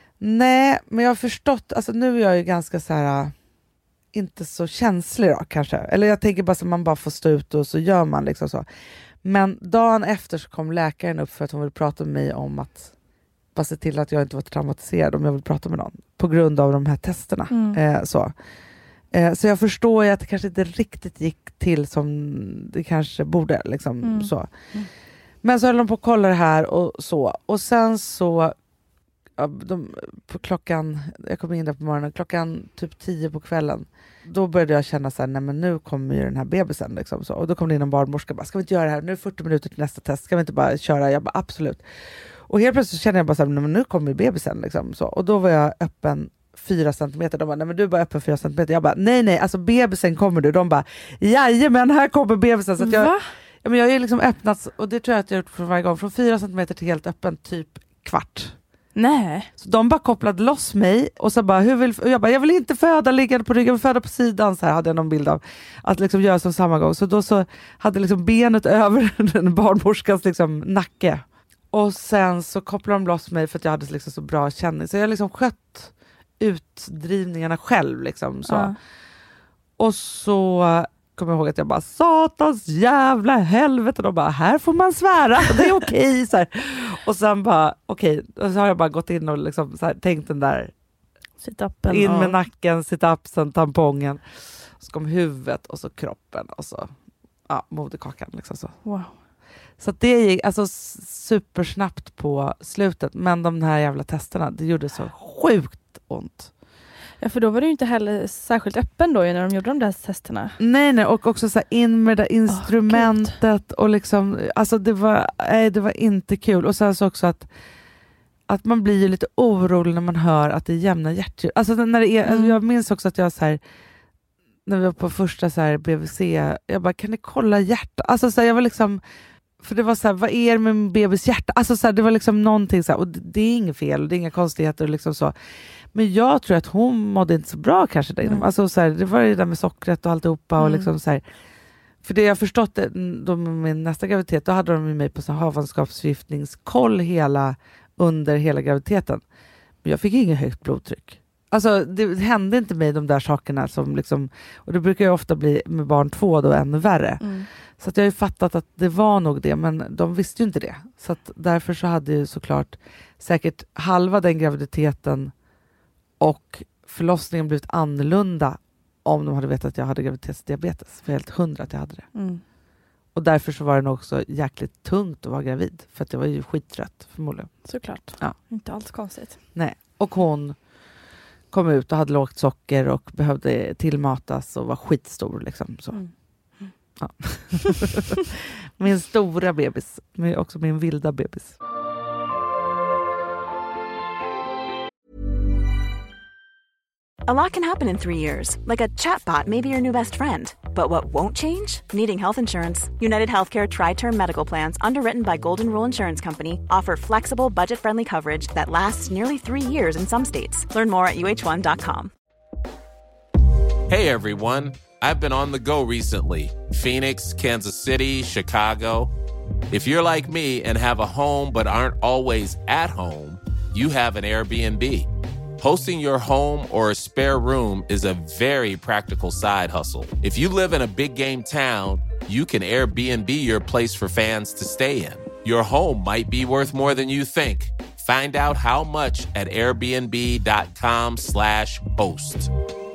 Nej, men jag har förstått, alltså nu är jag ju ganska så här inte så känslig då kanske. Eller jag tänker bara att man bara får stå ut och så gör man liksom så. Men dagen efter så kom läkaren upp för att hon ville prata med mig om att bara se till att jag inte var traumatiserad om jag vill prata med någon. På grund av de här testerna. Mm. Eh, så. Eh, så jag förstår ju att det kanske inte riktigt gick till som det kanske borde. Liksom, mm. så. Mm. Men så höll de på att kolla det här och så. Och sen så ja, de, på klockan, jag kom in där på morgonen, klockan typ tio på kvällen. Då började jag känna så här, nej men nu kommer ju den här bebisen liksom så. Och då kom det in en barnmorska och bara, ska vi inte göra det här? Nu är det fyrtio minuter till nästa test, ska vi inte bara köra? Jag bara, absolut. Och helt plötsligt kände jag bara så här, nej men nu kommer ju bebisen liksom så. Och då var jag öppen fyra centimeter. De bara, nej men du är bara öppen fyra centimeter. Jag bara, nej nej, alltså bebisen kommer du. De bara, jajamän, här kommer bebisen. Så att jag, Va? Ja, men jag har ju liksom öppnat, och det tror jag att jag har gjort för varje gång, från fyra centimeter till helt öppen, typ kvart. Nej. Så de bara kopplade loss mig och så bara, hur vill, och jag bara, jag vill inte föda liggande på ryggen, jag vill föda på sidan, så här hade jag någon bild av att liksom göra som samma gång. Så då så hade liksom benet över den barnmorskans liksom nacke. Och sen så kopplade de loss mig för att jag hade liksom så bra känning. Så jag liksom skött utdrivningarna själv liksom så. Ja. Och så kommer jag ihåg att jag bara, satans jävla helvete. De bara, här får man svära. Det är okej. Så här. Och sen bara, okej. Och så har jag bara gått in och liksom, så här, tänkt den där. Sit-upen in med och... nacken, sit-upsen, tampongen. Så kom huvudet och så kroppen. Och så ja, moderkakan. Liksom så. Wow. Så att det gick alltså supersnabbt på slutet. Men de här jävla testerna, det gjorde så sjukt ont. Ja, för då var du ju inte heller särskilt öppen då när de gjorde de där testerna. Nej, nej, och också så här in med det där instrumentet oh, och liksom, alltså det var, nej, det var inte kul. Och sen så också att att man blir ju lite orolig när man hör att det är jämna hjärtljud. Alltså när det är, mm. alltså jag minns också att jag så här, när vi var på första så här B V C, jag bara, kan ni kolla hjärta? Alltså så här, jag var liksom, för det var så här, vad är det med min bebis hjärta? Alltså så här, det var liksom någonting så här, och det, det är inget fel, det är inga konstigheter och liksom så. Men jag tror att hon mådde inte så bra kanske där. Mm. Alltså så här, det var ju det där med sockret och alltihopa mm. och liksom så här. För det jag förstått då med min nästa graviditet, då hade de mig på så havandeskapsförgiftningskoll hela under hela graviditeten. Men jag fick ingen högt blodtryck. Alltså det hände inte mig de där sakerna som liksom, och det brukar ju ofta bli med barn två då ännu värre. Mm. Så att jag har ju fattat att det var nog det, men de visste ju inte det. Så att därför så hade ju såklart säkert halva den graviditeten och förlossningen blivit annorlunda om de hade vetat att jag hade graviditetsdiabetes. För helt hundra att jag hade det. Mm. Och därför så var det nog också jäkligt tungt att vara gravid. För att jag var ju skittrött förmodligen. Såklart. Ja. Inte alls konstigt. Nej. Och hon kom ut och hade lågt socker och behövde tillmatas och var skitstor liksom. Så. Mm. Mm. Ja. Min stora bebis. Men också min vilda bebis. A lot can happen in three years, like a chatbot may be your new best friend. But what won't change? Needing health insurance. United Healthcare Tri-Term Medical Plans, underwritten by Golden Rule Insurance Company, offer flexible, budget-friendly coverage that lasts nearly three years in some states. Learn more at U H one dot com. Hey everyone, I've been on the go recently. Phoenix, Kansas City, Chicago. If you're like me and have a home but aren't always at home, you have an Airbnb. Hosting your home or a spare room is a very practical side hustle. If you live in a big game town, you can Airbnb your place for fans to stay in. Your home might be worth more than you think. Find out how much at airbnb.com slash host.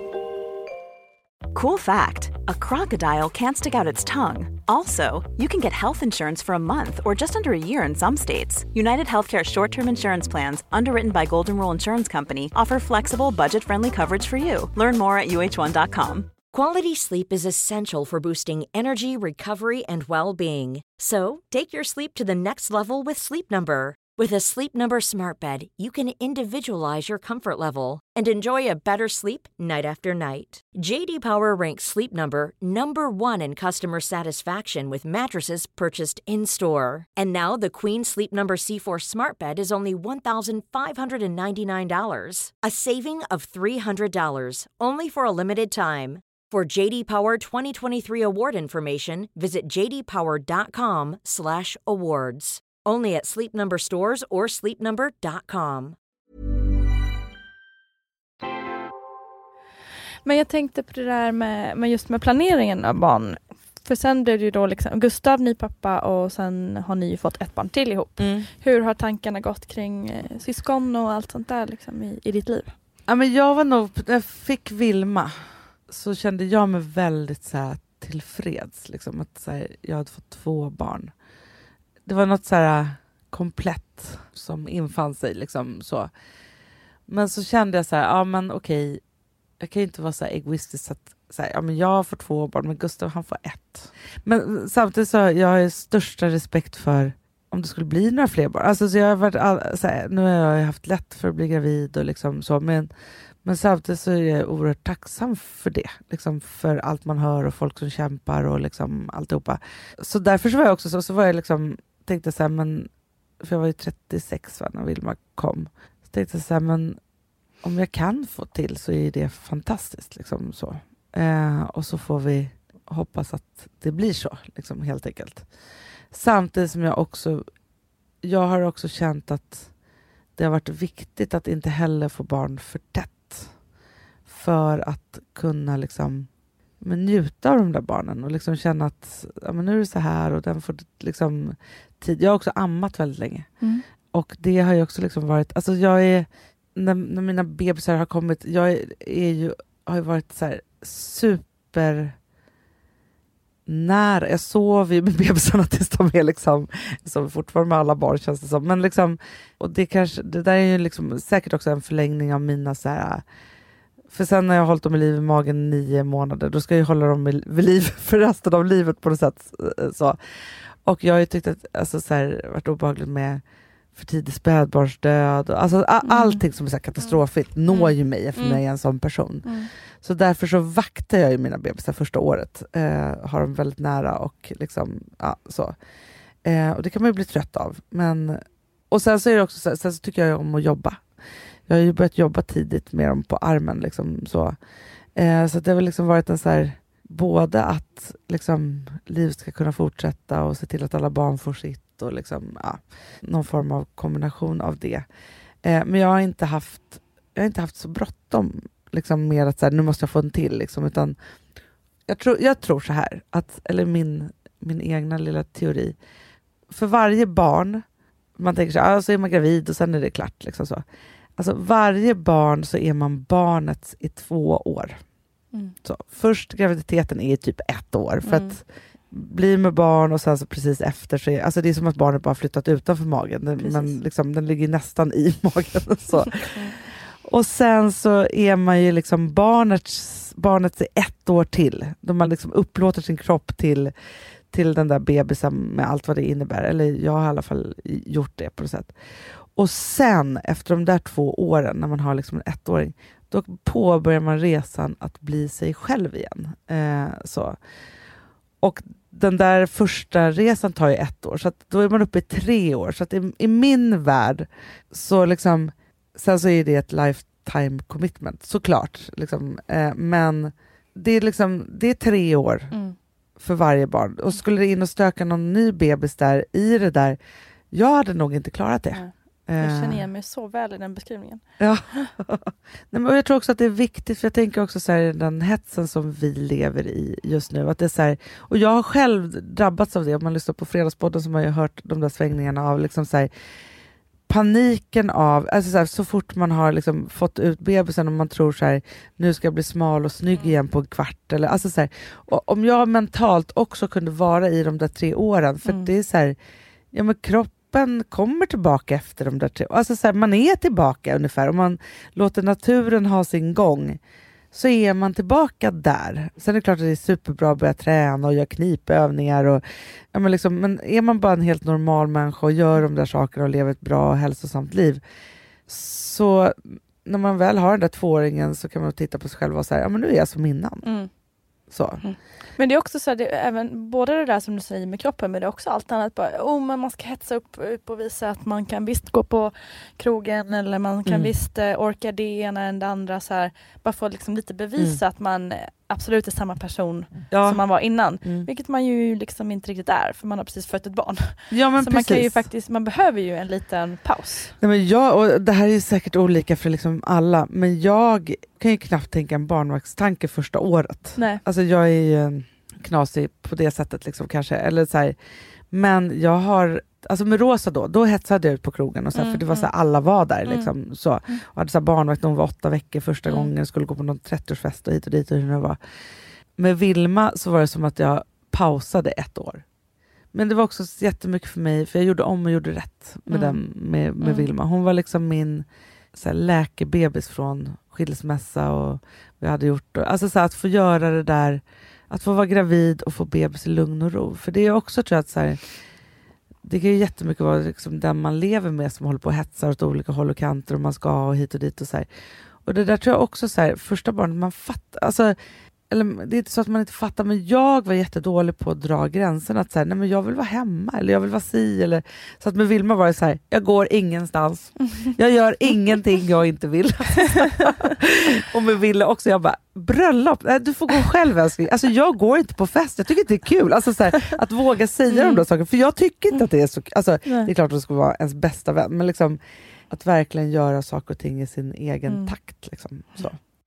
Cool fact, a crocodile can't stick out its tongue. Also, you can get health insurance for a month or just under a year in some states. United Healthcare short-term insurance plans, underwritten by Golden Rule Insurance Company, offer flexible, budget-friendly coverage for you. Learn more at U H one dot com. Quality sleep is essential for boosting energy, recovery, and well-being. So, take your sleep to the next level with Sleep Number. With a Sleep Number smart bed, you can individualize your comfort level and enjoy a better sleep night after night. J D Power ranks Sleep Number number one in customer satisfaction with mattresses purchased in-store. And now the Queen Sleep Number C four smart bed is only one thousand five hundred ninety-nine dollars, a saving of three hundred dollars, only for a limited time. For J D Power twenty twenty-three award information, visit j d power dot com slash awards. Only at Sleep Number stores or sleep number dot com. Men jag tänkte på det där med, med just med planeringen av barn. För sen blev det ju då liksom Gustav, ny pappa, och sen har ni ju fått ett barn till ihop. Mm. Hur har tankarna gått kring eh, syskon och allt sånt där liksom i, i ditt liv? Ja, men jag var nog, när jag fick Vilma så kände jag mig väldigt så här tillfreds. Liksom, att så här, jag hade fått två barn. Det var något så här komplett som infann sig. Liksom, så. Men så kände jag så här, ja men okej, jag kan inte vara så här egoistisk att så här, ja, men jag får två barn, men Gustav han får ett. Men samtidigt så jag har jag största respekt för om det skulle bli några fler barn. Alltså, så jag har varit all, så här, nu har jag haft lätt för att bli gravid och liksom så, men, men samtidigt så är jag oerhört tacksam för det. Liksom för allt man hör och folk som kämpar och liksom alltihopa. Så därför så var jag också så, så var jag liksom, tänkte så här, men, för jag var ju trettiosex va, när Vilma kom. Så tänkte jag så här, men om jag kan få till så är det fantastiskt. Liksom så. Eh, och så får vi hoppas att det blir så, liksom, helt enkelt. Samtidigt som jag också, jag har också känt att det har varit viktigt att inte heller få barn för tätt. För att kunna liksom, men njuta av de där barnen och liksom känna att ja, men nu är det så här och den får liksom tid. Jag har också ammat väldigt länge. Mm. Och det har ju också liksom varit, alltså jag är, när, när mina bebisar har kommit, jag är, är ju, har ju varit så här super nära. Jag sov ju med bebisarna tills de är liksom, så fortfarande med alla barn känns det som. Men liksom, och det kanske, det där är ju liksom säkert också en förlängning av mina så här, för sen när jag har hållit dem i liv i magen nio månader, då ska jag hålla dem vid liv för resten av livet på något sätt. Så. Och jag har ju tyckt att alltså, så här, varit obehagligt med för tidig spädbarnsdöd. Alltså, a- mm. Allting som är så här katastrofigt mm. når ju mig, för mm. mig är en sån person. Mm. Så därför så vaktar jag ju mina bebisar första året. Eh, har dem väldigt nära och liksom, ja, så. Eh, och det kan man ju bli trött av. Men, och sen så är det också så, sen så tycker jag om att jobba. Jag har ju börjat jobba tidigt med dem på armen. Liksom, så eh, så det har väl liksom varit en så här, både att liksom, livet ska kunna fortsätta och se till att alla barn får sitt och liksom, ja, någon form av kombination av det. Eh, men jag har inte haft jag har inte haft så bråttom bråttom. Liksom mer att så här, nu måste jag få en till. Liksom, utan jag tror, jag tror så här, att, eller min, min egna lilla teori. För varje barn, man tänker så här, ah, så är man gravid och sen är det klart. Liksom så. Alltså varje barn så är man barnet i två år. Mm. Så, först graviditeten är typ ett år. För mm. att bli med barn och sen så precis efter så är, alltså det är som att barnet bara flyttat utanför magen. Den, men liksom, den ligger nästan i magen. Så. Mm. Och sen så är man ju liksom barnets, barnet är ett år till. Då man liksom upplåter sin kropp till, till den där bebisen med allt vad det innebär. Eller jag har i alla fall gjort det på något sätt. Och sen efter de där två åren när man har liksom en ettåring, då påbörjar man resan att bli sig själv igen. Eh, så. Och den där första resan tar ju ett år. Så att då är man uppe i tre år. Så att i, i min värld så liksom, sen så är det ett lifetime commitment, såklart. Liksom. Eh, men det är liksom, det är tre år mm. för varje barn. Och skulle det in och stöka någon ny bebis där i det där, jag hade nog inte klarat det. Mm. Jag känner igen mig så väl i den beskrivningen. Ja. Nej, men jag tror också att det är viktigt, för jag tänker också så här, den hetsen som vi lever i just nu, att det är så här, och jag har själv drabbats av det. Om man lyssnar på Fredagspodden så har man ju hört de där svängningarna av liksom så här, paniken av, alltså så, här, så fort man har liksom fått ut bebisen och man tror så här, nu ska jag bli smal och snygg igen på en kvart. Eller, alltså så här, och om jag mentalt också kunde vara i de där tre åren, för mm. det är så här, ja men kropp kommer tillbaka efter de där tre. Alltså så här, man är tillbaka ungefär. Om man låter naturen ha sin gång så är man tillbaka där. Sen är det klart att det är superbra att börja träna och göra knipövningar. Och, ja, men, liksom, men är man bara en helt normal människa och gör de där sakerna och lever ett bra och hälsosamt liv, så när man väl har den där tvååringen så kan man titta på sig själv och säga, ja men nu är jag som innan. Mm. Så. Mm. Men det är också så här, det är även både det där som du säger med kroppen, men det är också allt annat. Bara, oh, men man ska hetsa upp, upp och visa att man kan visst gå på krogen, eller man kan mm. visst uh, orka det ena än det andra. Så här, bara få liksom lite bevisa mm. att man absolut är samma person ja. som man var innan. Mm. Vilket man ju liksom inte riktigt är, för man har precis fött ett barn. Ja, men så precis. Man kan ju faktiskt, man behöver ju en liten paus. Nej, men jag, och det här är säkert olika för liksom alla, men jag kan ju knappt tänka en barnvaktstanke första året. Nej. Alltså jag är ju knasig på det sättet liksom kanske, eller så här, men jag har, alltså med Rosa då, då hetsade jag ut på krogen och så här, mm, för det var så här, alla var där mm. liksom så, och hade så här barnvakt när hon var åtta veckor första mm. gången, skulle gå på någon trettioårsfest och hit och dit och hur det var. Med Vilma så var det som att jag pausade ett år. Men det var också jättemycket för mig, för jag gjorde om och gjorde rätt med, mm. den, med, med mm. Vilma. Hon var liksom min så här, läkebebis från skilsmässa och vad jag hade gjort. Alltså så här, att få göra det där, att få vara gravid och få bebis i lugn och ro. För det är också, tror jag, att så här, det kan ju jättemycket vara liksom den man lever med som håller på och hetsar åt olika håll och kanter och man ska ha och hit och dit och så här. Och det där tror jag också så här, första barnet man fattar, alltså, eller det är inte så att man inte fattar, men jag var jättedålig på att dra gränsen, att säga, nej men jag vill vara hemma eller jag vill vara si, eller så att med Vilma var det så här, jag går ingenstans. Jag gör ingenting jag inte vill. Och med Ville också, jag bara, bröllop, nej, du får gå själv älskling. Alltså jag går inte på fest, jag tycker inte det är kul. Alltså så här, att våga säga mm. de där sakerna, för jag tycker inte att det är så, alltså det är klart att det ska vara ens bästa vän, men liksom att verkligen göra saker och ting i sin egen mm. takt liksom, så.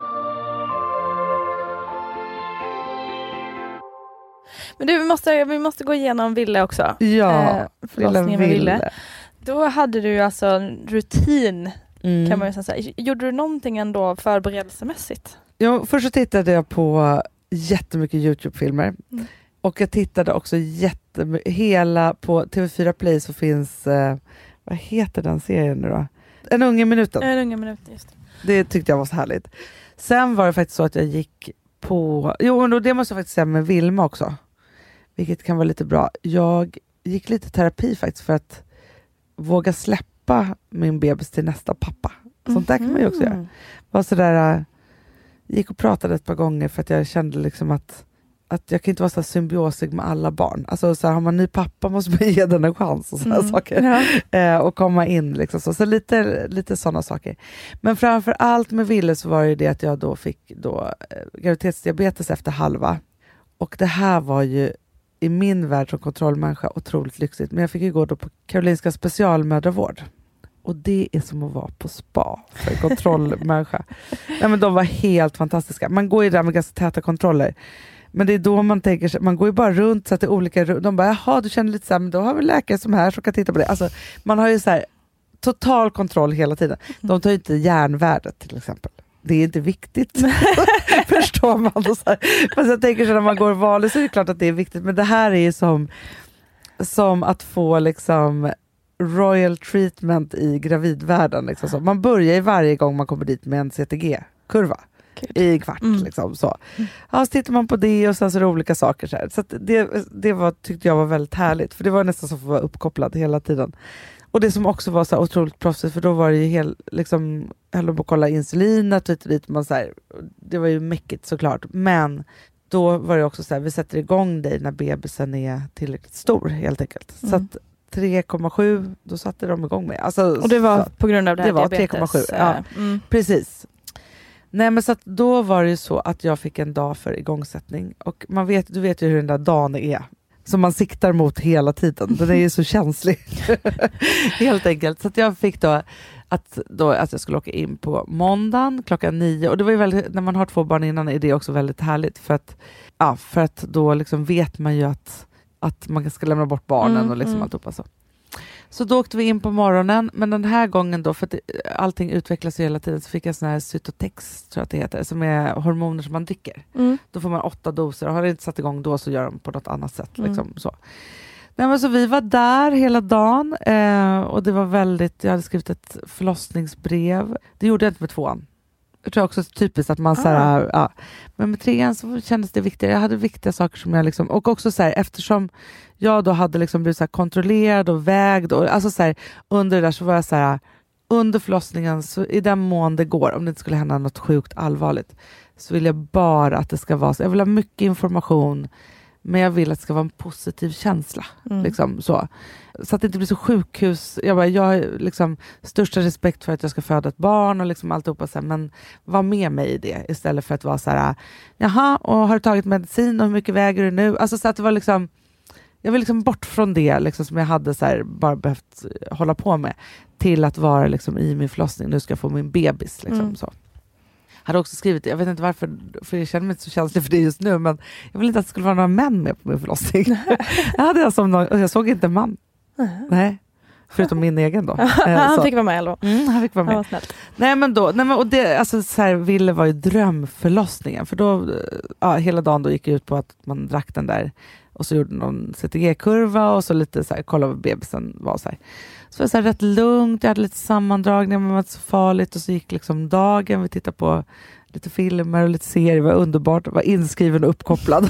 Men du, vi måste, vi måste gå igenom Ville också. Ja, eh, förlossningen med Ville. Då hade du alltså en rutin, mm. kan man ju säga. Gjorde du någonting ändå förberedelsemässigt? Ja, först så tittade jag på jättemycket YouTube-filmer. Mm. Och jag tittade också jättemycket, hela på T V fyra Play så finns, eh, vad heter den serien nu då? En unge minuten. En unge minuten, just det. Det tyckte jag var så härligt. Sen var det faktiskt så att jag gick på, jo och det måste jag faktiskt säga med Vilma också, vilket kan vara lite bra. Jag gick lite terapi faktiskt för att våga släppa min bebis till nästa pappa. Sånt där kan man ju också göra. Var så där, gick och pratade ett par gånger för att jag kände liksom att att jag kan inte vara så symbiosig med alla barn. Alltså så här, har man en ny pappa måste man ge den en chans och sådana mm. saker. Ja. Eh, och komma in liksom så. Så lite, lite sådana saker. Men framför allt med Ville så var det det att jag då fick då, eh, graviditetsdiabetes efter halva. Och det här var ju i min värld som kontrollmänniska otroligt lyxigt. Men jag fick ju gå då på Karolinska specialmödravård. Och det är som att vara på spa för en kontrollmänniska. Nej, men de var helt fantastiska. Man går ju där med ganska täta kontroller. Men det är då man tänker sig, man går ju bara runt så att det är olika, de bara, jaha, du känner lite så här, men då har vi läkare som här som kan titta på det. Alltså, man har ju så här total kontroll hela tiden. De tar ju inte järnvärdet till exempel. Det är inte viktigt. Förstår man. Så här. Fast jag tänker så när man går vanligt så är det klart att det är viktigt. Men det här är ju som, som att få liksom royal treatment i gravidvärlden. Liksom så. Man börjar ju varje gång man kommer dit med en C T G-kurva. I kvart mm. liksom så. Ja, så tittar man på det och sen så är det olika saker så här. Så att det, det var, tyckte jag var väldigt härligt. För det var nästan som att vara uppkopplad hela tiden. Och det som också var så otroligt proffsigt, för då var det ju helt, liksom, jag höll på att kolla insulinet och dit man så här, det var ju mäckigt såklart, men då var det också så här, vi sätter igång dig när bebisen är tillräckligt stor helt enkelt. Mm. Så att tre komma sju, då satte de igång med. Alltså, och det var så, på grund av det här det var diabetes? tre komma sju, ja, mm. precis. Nej, men så att då var det ju så att jag fick en dag för igångsättning, och man vet, du vet ju hur den där dagen är. Som man siktar mot hela tiden. Den är ju så känslig. Helt enkelt. Så att jag fick då att, då att jag skulle åka in på måndagen klockan nio. Och det var ju väldigt, när man har två barn innan är det också väldigt härligt. För att, ja, för att då liksom vet man ju att, att man ska lämna bort barnen mm, och liksom mm. alltihopa så. Så då åkte vi in på morgonen, men den här gången då, för att det, allting utvecklas ju hela tiden, så fick jag sån här Cytotex, tror jag att det heter, som är hormoner som man dricker. Mm. Då får man åtta doser, och har det inte satt igång då så gör de på något annat sätt. Mm. Liksom, så. Nej, men så vi var där hela dagen, eh, och det var väldigt, jag hade skrivit ett förlossningsbrev. Det gjorde jag inte med tvåan. Jag tror också typiskt att man ah. så här, ja. Men med trean så kändes det viktigare. Jag hade viktiga saker som jag liksom, och också så här, eftersom jag då hade liksom blivit så här kontrollerad och vägd, och alltså så här, under det där så var jag så här, under förlossningen, så i den mån det går, om det inte skulle hända något sjukt allvarligt, så vill jag bara att det ska vara så. Jag vill ha mycket information, men jag vill att det ska vara en positiv känsla. Mm. Liksom, så. så att det inte blir så sjukhus. Jag, bara, jag har liksom största respekt för att jag ska föda ett barn och liksom alltihopa, så här, men var med mig i det istället för att vara så här, jaha, och har du tagit medicin och hur mycket väger du nu? Alltså så att det var liksom, jag vill liksom bort från det liksom, som jag hade så här, bara behövt hålla på med, till att vara liksom, i min förlossning. Nu ska jag få min bebis. Liksom, mm. så. Jag hade också skrivit, jag vet inte varför, för jag känner mig inte så känslig för det just nu, men jag vill inte att det skulle vara några män med på min förlossning. jag, hade jag, som någon, jag såg inte en man. Mm. Nej, förutom min egen då. han fick vara med då. Mm, han fick vara med. Ja, nej, men då, nej, men, och det, alltså, så här, Ville var ju drömförlossningen, för då, ja, hela dagen då gick ut på att man drack den där, och så gjorde någon C T G-kurva och så lite så här, kolla vad bebisen var så här. Så var det så här, rätt lugnt, jag hade lite sammandragningar, men det var inte så farligt, och så gick liksom dagen, vi tittade på lite filmer och lite serier, det var underbart, var inskriven och uppkopplad.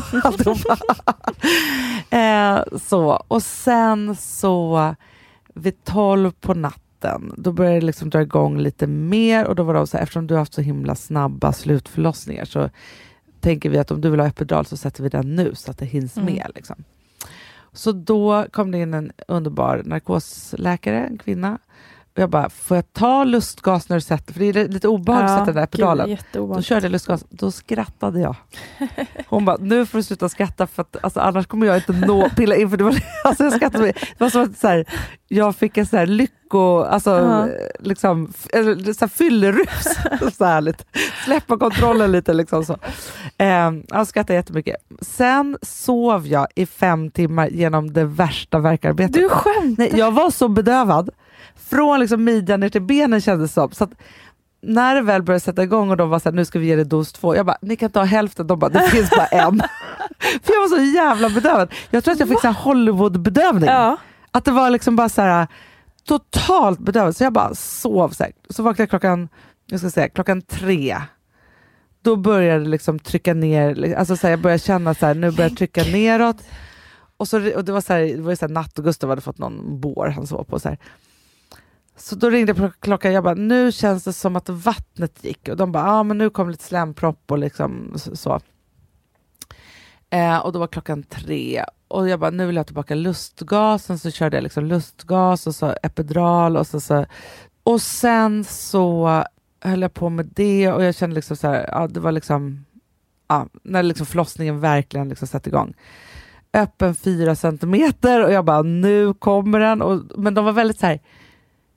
eh, så, och sen så vid tolv på natten, då började det liksom dra igång lite mer, och då var det så här, eftersom du har haft så himla snabba slutförlossningar, så tänker vi att om du vill ha epidural så sätter vi den nu så att det hinns mm. med. Liksom. Så då kom det in en underbar narkosläkare, en kvinna. Och jag bara, får jag ta lustgas när du sätter? För det är lite obehagligt att sätta den där epiduralen. Då körde jag lustgas. Då skrattade jag. Hon bara, nu får du sluta skratta, för att alltså, annars kommer jag inte nå pilla in. För det var, alltså, jag skrattade. Det var som att så här, jag fick en så här lycko, alltså uh-huh. liksom, så här fyllerus. Så härligt. Släppa kontrollen lite liksom så. Eh, jag skrattade jättemycket. Sen sov jag i fem timmar genom det värsta värkarbetet. Du skämtar? Nej, jag var så bedövad. Från liksom midjan ner till benen kändes det som. Så att när det väl började sätta igång och de var så här, nu ska vi ge det dos två. Jag bara, ni kan ta hälften. De bara, det finns bara en. För jag var så jävla bedövad. Jag tror att jag fick så här Hollywood-bedövning. Ja. Att det var liksom bara så här totalt bedövad. Så jag bara sov så här. Så vaknade jag klockan, jag ska säga, klockan tre. Då började det liksom trycka ner. Alltså så här, jag började känna så här, nu börjar jag trycka neråt. Och, så, och det var så här, det var så här natt, och Gustav hade fått någon bår han sov på så här. Så då ringde på klockan, jag bara, nu känns det som att vattnet gick. Och de bara, ja ah, men nu kom lite slempropp och liksom så. Eh, och då var klockan tre. Och jag bara, nu vill jag tillbaka lustgasen. Så körde jag liksom lustgas och så epidural. Och, så, så. och sen så höll jag på med det. Och jag kände liksom så här, ja det var liksom, ja, när liksom förlossningen verkligen liksom satte igång. Öppen fyra centimeter. Och jag bara, nu kommer den. Och, men de var väldigt så här,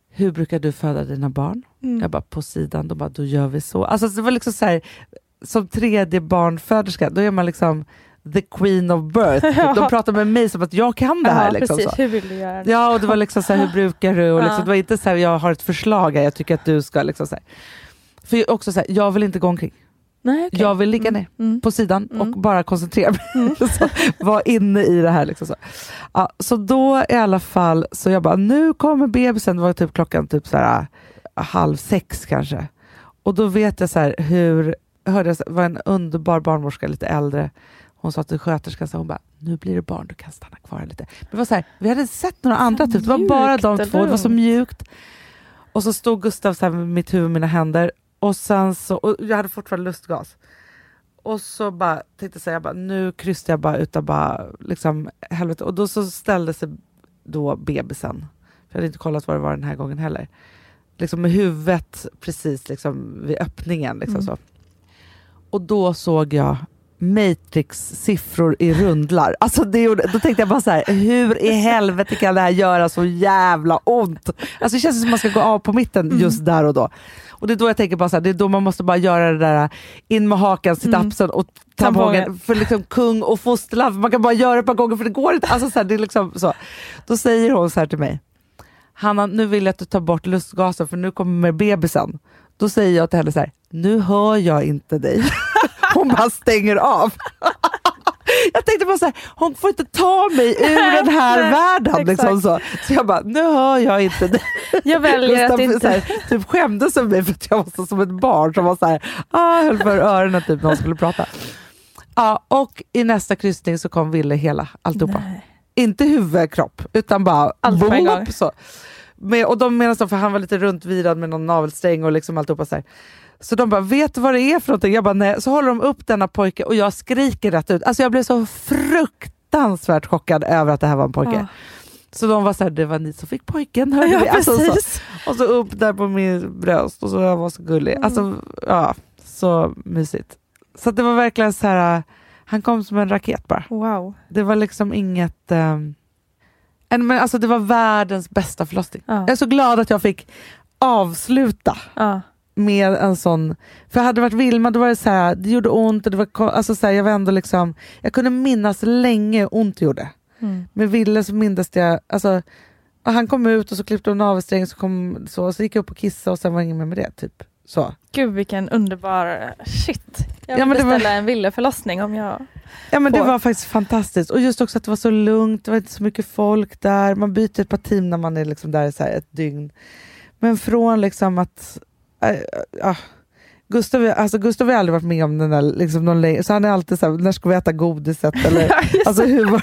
hur brukar du föda dina barn? Mm. Jag bara, på sidan. De bara, då gör vi så. Alltså det var liksom så här, som tredje barnföderska, då är man liksom the queen of birth. Ja. De pratar med mig som att jag kan det här. Ja, liksom, precis. så. Hur vill du göra det? Ja, och det var liksom så här, hur brukar du? Och liksom, Ja. det var inte så här, jag har ett förslag här, jag tycker att du ska liksom så här. För jag också så här, jag vill inte gå omkring. Nej, okay. Jag vill ligga mm. ner Mm. på sidan Mm. och bara koncentrera mig. Mm. så, var inne i det här. Liksom så. Ja, så då i alla fall, så jag bara, nu kommer bebisen. Det var typ klockan typ så här, halv sex kanske. Och då vet jag så här, hur, jag hörde det var en underbar barnmorska, lite äldre. Hon sa till sköterskan, så hon bara, nu blir det barn, du kan stanna kvar lite. Men det var så här, vi hade sett några andra typ, det var bara de två, det var så mjukt. Och så stod Gustav så här med mitt huvud i mina händer. Och sen så, och jag hade fortfarande lustgas. Och så bara tänkte jag säga, bara, nu krystar jag bara utan bara liksom helvete. Och då så ställde sig då bebisen. För jag hade inte kollat vad det var den här gången heller. Liksom med huvudet precis liksom vid öppningen. Liksom Mm. så. Och då såg jag Matrix-siffror i rundlar. Alltså det gjorde, då tänkte jag bara så här, hur i helvete kan det här göra så jävla ont? Alltså det känns som att man ska gå av på mitten Mm. just där och då. Och det är då jag tänker bara så här, det är då man måste bara göra det där in med hakan, sit-upsen Mm. och tampongen för liksom kung och fosterland. Man kan bara göra det ett par gånger för det går inte. Alltså så här, det är liksom så. Då säger hon så här till mig, Hanna, nu vill jag att du tar bort lustgasen för nu kommer bebisen. Då säger jag till henne så här, nu hör jag inte dig. Hon bara stänger av. Jag tänkte bara så här, hon får inte ta mig ur den här Nej, världen. Liksom så. så jag bara, nu hör jag inte dig. Jag väljer Gustav att inte... så här, typ skämdes av mig för att jag var så som ett barn som var så här, ah, höll för öronen typ när hon skulle prata. Ja, och i nästa kryssning så kom Ville hela alltihopa. Nej. Inte huvud, kropp, utan bara Allt på en gång. så. Med, och de menar så, för han var lite runtvirad med någon navelsträng och liksom alltihopa så här. Så de bara, vet du vad det är för någonting? Jag bara, nej. Så håller de upp denna pojke och jag skriker rätt ut. Alltså jag blev så fruktansvärt chockad över att det här var en pojke. Ja. Så de var så här, det var ni som fick pojken. Hörde Ja, vi? Alltså, precis. så. Och så upp där på min bröst och så jag var så gullig. Mm. Alltså, ja, så mysigt. Så det var verkligen så här, han kom som en raket bara. Wow. Det var liksom inget... Um, en, men alltså det var världens bästa förlossning. Ja. Jag är så glad att jag fick avsluta Ja. med en sån, för hade det varit Vilma då var det så här, det gjorde ont och det var, alltså så här, jag var ändå liksom, jag kunde minnas länge hur ont det gjorde. Mm. Med Ville så mindes jag, alltså han kom ut och så klippte hon navelsträng så kom så, så gick jag upp och kissade och sen var ingen med, med det typ. Så. Gud vilken underbar shit. Jag vill Ja, men det beställa var- en villeförlossning om jag... Ja men det Får. var faktiskt fantastiskt. Och just också att det var så lugnt, det var inte så mycket folk där. Man byter ett par team när man är liksom där så här ett dygn. Men från liksom att... Äh, äh, Gustav, alltså Gustav har aldrig varit med om den där, liksom någon längre, så han är alltid så här, när ska vi äta godiset? Eller, alltså hur var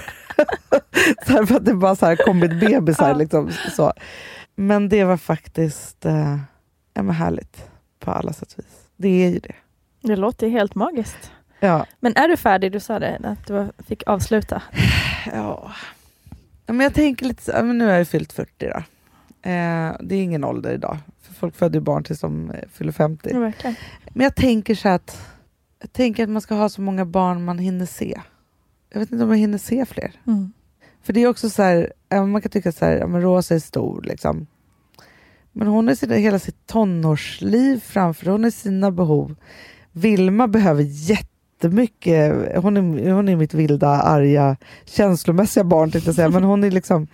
så här, för att det bara så här kommit bebisar liksom, så. Men det var faktiskt äh, ja, men härligt på alla sätt och vis. Det är ju det. Det låter helt magiskt. Ja. Men är du färdig? Du sa det, att du fick avsluta. Ja. Ja, men jag tänker lite så, ja, men nu har jag fyllt fyrtio då. Eh, det är ingen ålder idag. För folk föder ju barn tills de eh, fyller femtio. Ja, verkligen. Men jag tänker så att jag tänker att man ska ha så många barn man hinner se. Jag vet inte om jag hinner se fler. Mm. För det är också så här, ja, man kan tycka så här, ja, men Rosa är stor liksom. Men hon har sina, hela sitt tonårsliv framför. Hon har sina behov. Vilma behöver jättemycket. Hon är, hon är mitt vilda, arga, känslomässiga barn tänkte jag säga. Men hon är liksom,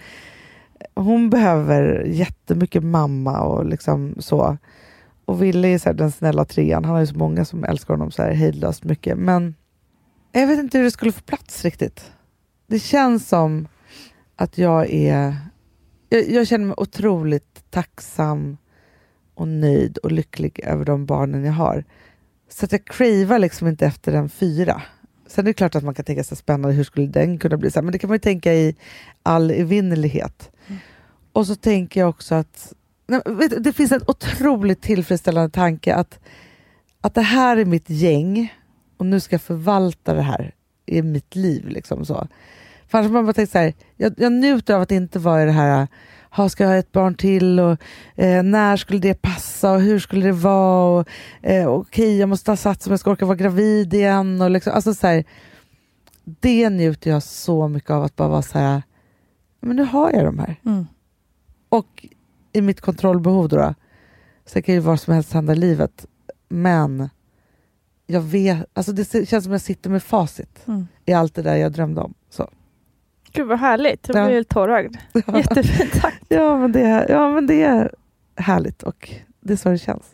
hon behöver jättemycket mamma och liksom så. Och Ville är så här, den snälla trean. Han har ju så många som älskar honom så här hejdlöst mycket. Men jag vet inte hur det skulle få plats riktigt. Det känns som att jag är... Jag, jag känner mig otroligt tacksam och nöjd och lycklig över de barnen jag har. Så att jag cravar liksom inte efter en fyra. Sen är det klart att man kan tänka sig spännande, hur skulle den kunna bli? Så här, men det kan man ju tänka i all evinnerlighet. Mm. Och så tänker jag också att nej, vet du, det finns en otroligt tillfredsställande tanke att, att det här är mitt gäng och nu ska jag förvalta det här i mitt liv. Liksom så. För annars man bara tänkt så här, jag, jag njuter av att inte vara i det här, ha, ska jag ha ett barn till och eh, när skulle det passa och hur skulle det vara och eh, okej, okay, jag måste ha satt som jag ska orka vara gravid igen och liksom, alltså så här, det njuter jag så mycket av att bara vara så här, men nu har jag de här. Mm. Och i mitt kontrollbehov då, då så det kan ju vara som helst hända i livet, men jag vet, alltså det känns som jag sitter med facit mm. i allt det där jag drömde om. Så. Gud vad härligt, jag blir helt tårögd. Ja. Jättefint, tack. Ja men, det är, ja men det är härligt och det är så det känns.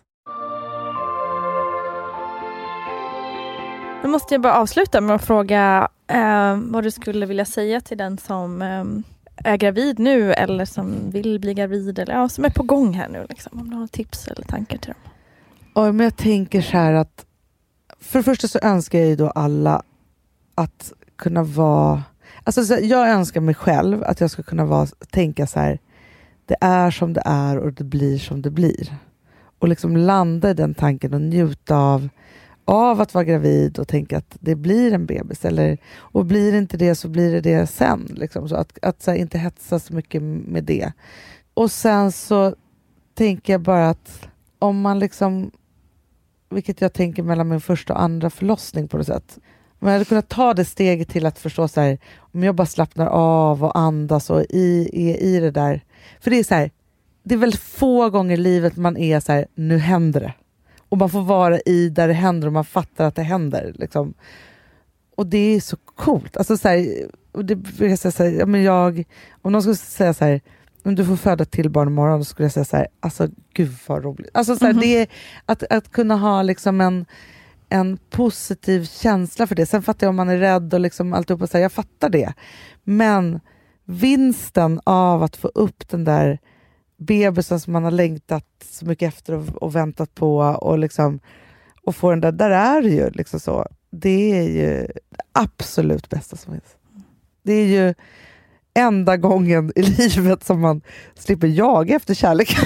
Nu måste jag bara avsluta med att fråga eh, vad du skulle vilja säga till den som eh, är gravid nu eller som vill bli gravid eller ja, som är på gång här nu. Liksom. Om du har tips eller tankar till dem. Och, men jag tänker så här att för det första så önskar jag ju då alla att kunna vara... Alltså så jag önskar mig själv att jag ska kunna vara, tänka så här, det är som det är och det blir som det blir. Och liksom landa i den tanken och njuta av av att vara gravid och tänka att det blir en bebis. Eller, och blir inte det så blir det det sen. Liksom. Så att, att så här, inte hetsa så mycket med det. Och sen så tänker jag bara att om man liksom, vilket jag tänker mellan min första och andra förlossning på något sätt. Om jag hade kunnat ta det steget till att förstå så här, om jag bara slappnar av och andas och i, i, i det där. För det är så här, det är väl få gånger i livet man är så här, nu händer det. Och man får vara i där det händer och man fattar att det händer. Liksom. Och det är så coolt. Alltså så här, och det vill jag säga så här, ja, men jag, om någon skulle säga så här, om du får föda till barn imorgon, då skulle jag säga så här, alltså gud vad roligt. Alltså så här, mm-hmm. det är att, att kunna ha liksom en, en positiv känsla för det. Sen fattar jag om man är rädd och liksom alltihop och säga, jag fattar det. Men vinsten av att få upp den där bebisen som man har längtat så mycket efter och, och väntat på och liksom och få den där, där är det ju liksom så. Det är ju det absolut bästa som finns. Det är ju enda gången i livet som man slipper jaga efter kärleken.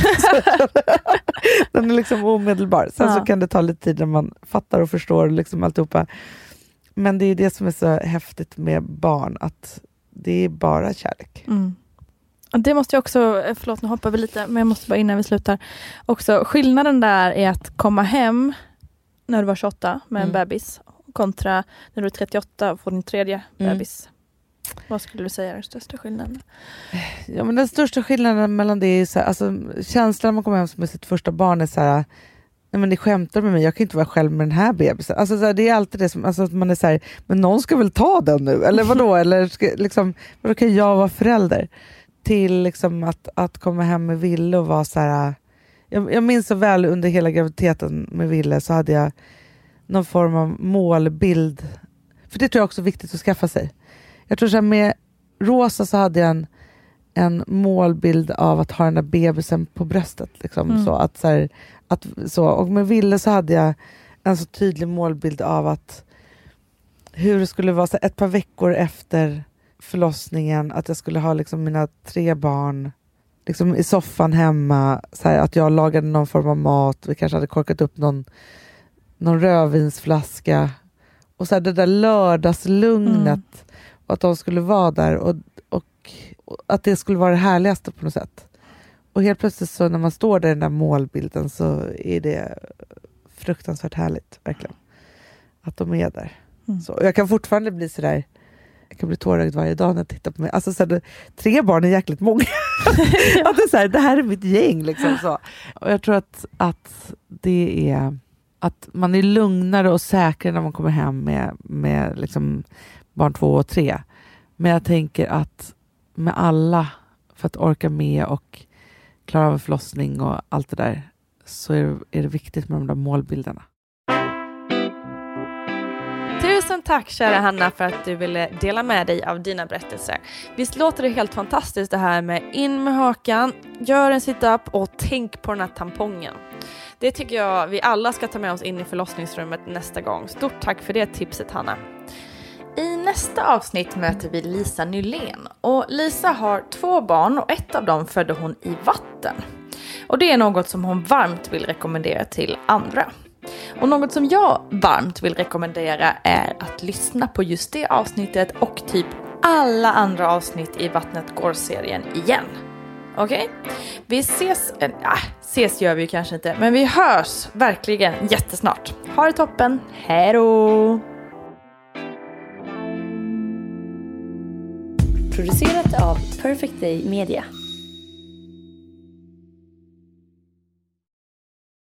Den är liksom omedelbar. Sen ja. Så kan det ta lite tid när man fattar och förstår liksom alltihopa. Men det är det som är så häftigt med barn, att det är bara kärlek. Mm. Det måste jag också, förlåt nu hoppar vi lite, men jag måste bara innan vi slutar. Också skillnaden där är att komma hem när du var tjugoåtta med mm. en bebis kontra när du är trettioåtta och får din tredje mm. bebis. Vad skulle du säga är den största skillnaden? Ja, men den största skillnaden mellan det är så här, alltså känslan när man kommer hem med sitt första barn är så här, nej men det skämtar med mig, jag kan inte vara själv med den här bebisen. Alltså så här, det är alltid det som, alltså att man är så här, men någon ska väl ta den nu, eller vadå? Eller ska, liksom, vadå kan jag vara förälder? Till liksom att, att komma hem med Ville och vara så här, jag, jag minns så väl under hela graviditeten med Ville så hade jag någon form av målbild, för det tror jag också är viktigt att skaffa sig. Jag tror så här, med Rosa så hade jag en, en målbild av att ha den där bebisen på bröstet liksom, mm. så att så här, att så, och med Ville så hade jag en så tydlig målbild av att hur det skulle vara så här, ett par veckor efter förlossningen, att jag skulle ha liksom mina tre barn liksom i soffan hemma, så här, att jag lagade någon form av mat, vi kanske hade korkat upp någon, någon rödvinsflaska och så här, det där lördagslugnet mm. och att de skulle vara där och, och, och att det skulle vara det härligaste på något sätt. Och helt plötsligt så när man står där i den där målbilden så är det fruktansvärt härligt, verkligen. Att de är där. Mm. Så, och jag kan fortfarande bli så där, jag kan bli tårögd varje dag när jag tittar på mig. Alltså så här, tre barn är jäkligt många. Ja. Att det, är så här, det här är mitt gäng. Liksom, så. Och jag tror att, att det är att man är lugnare och säkrare när man kommer hem med, med liksom barn två och tre. Men jag tänker att med alla, för att orka med och klara av en förlossning och allt det där, så är det, är det viktigt med de där målbilderna. Tusen tack kära Hanna för att du ville dela med dig av dina berättelser. Visst låter det helt fantastiskt det här med in med hakan, gör en sit-up och tänk på den här tampongen. Det tycker jag vi alla ska ta med oss in i förlossningsrummet nästa gång. Stort tack för det tipset Hanna. I nästa avsnitt möter vi Lisa Nylén. Och Lisa har två barn och ett av dem födde hon i vatten. Och det är något som hon varmt vill rekommendera till andra. Och något som jag varmt vill rekommendera är att lyssna på just det avsnittet och typ alla andra avsnitt i Vattnet går-serien igen. Okej? Okay? Vi ses, äh, ses gör vi kanske inte, men vi hörs verkligen jättesnart. Ha det toppen, hej då! Producerat av Perfect Day Media.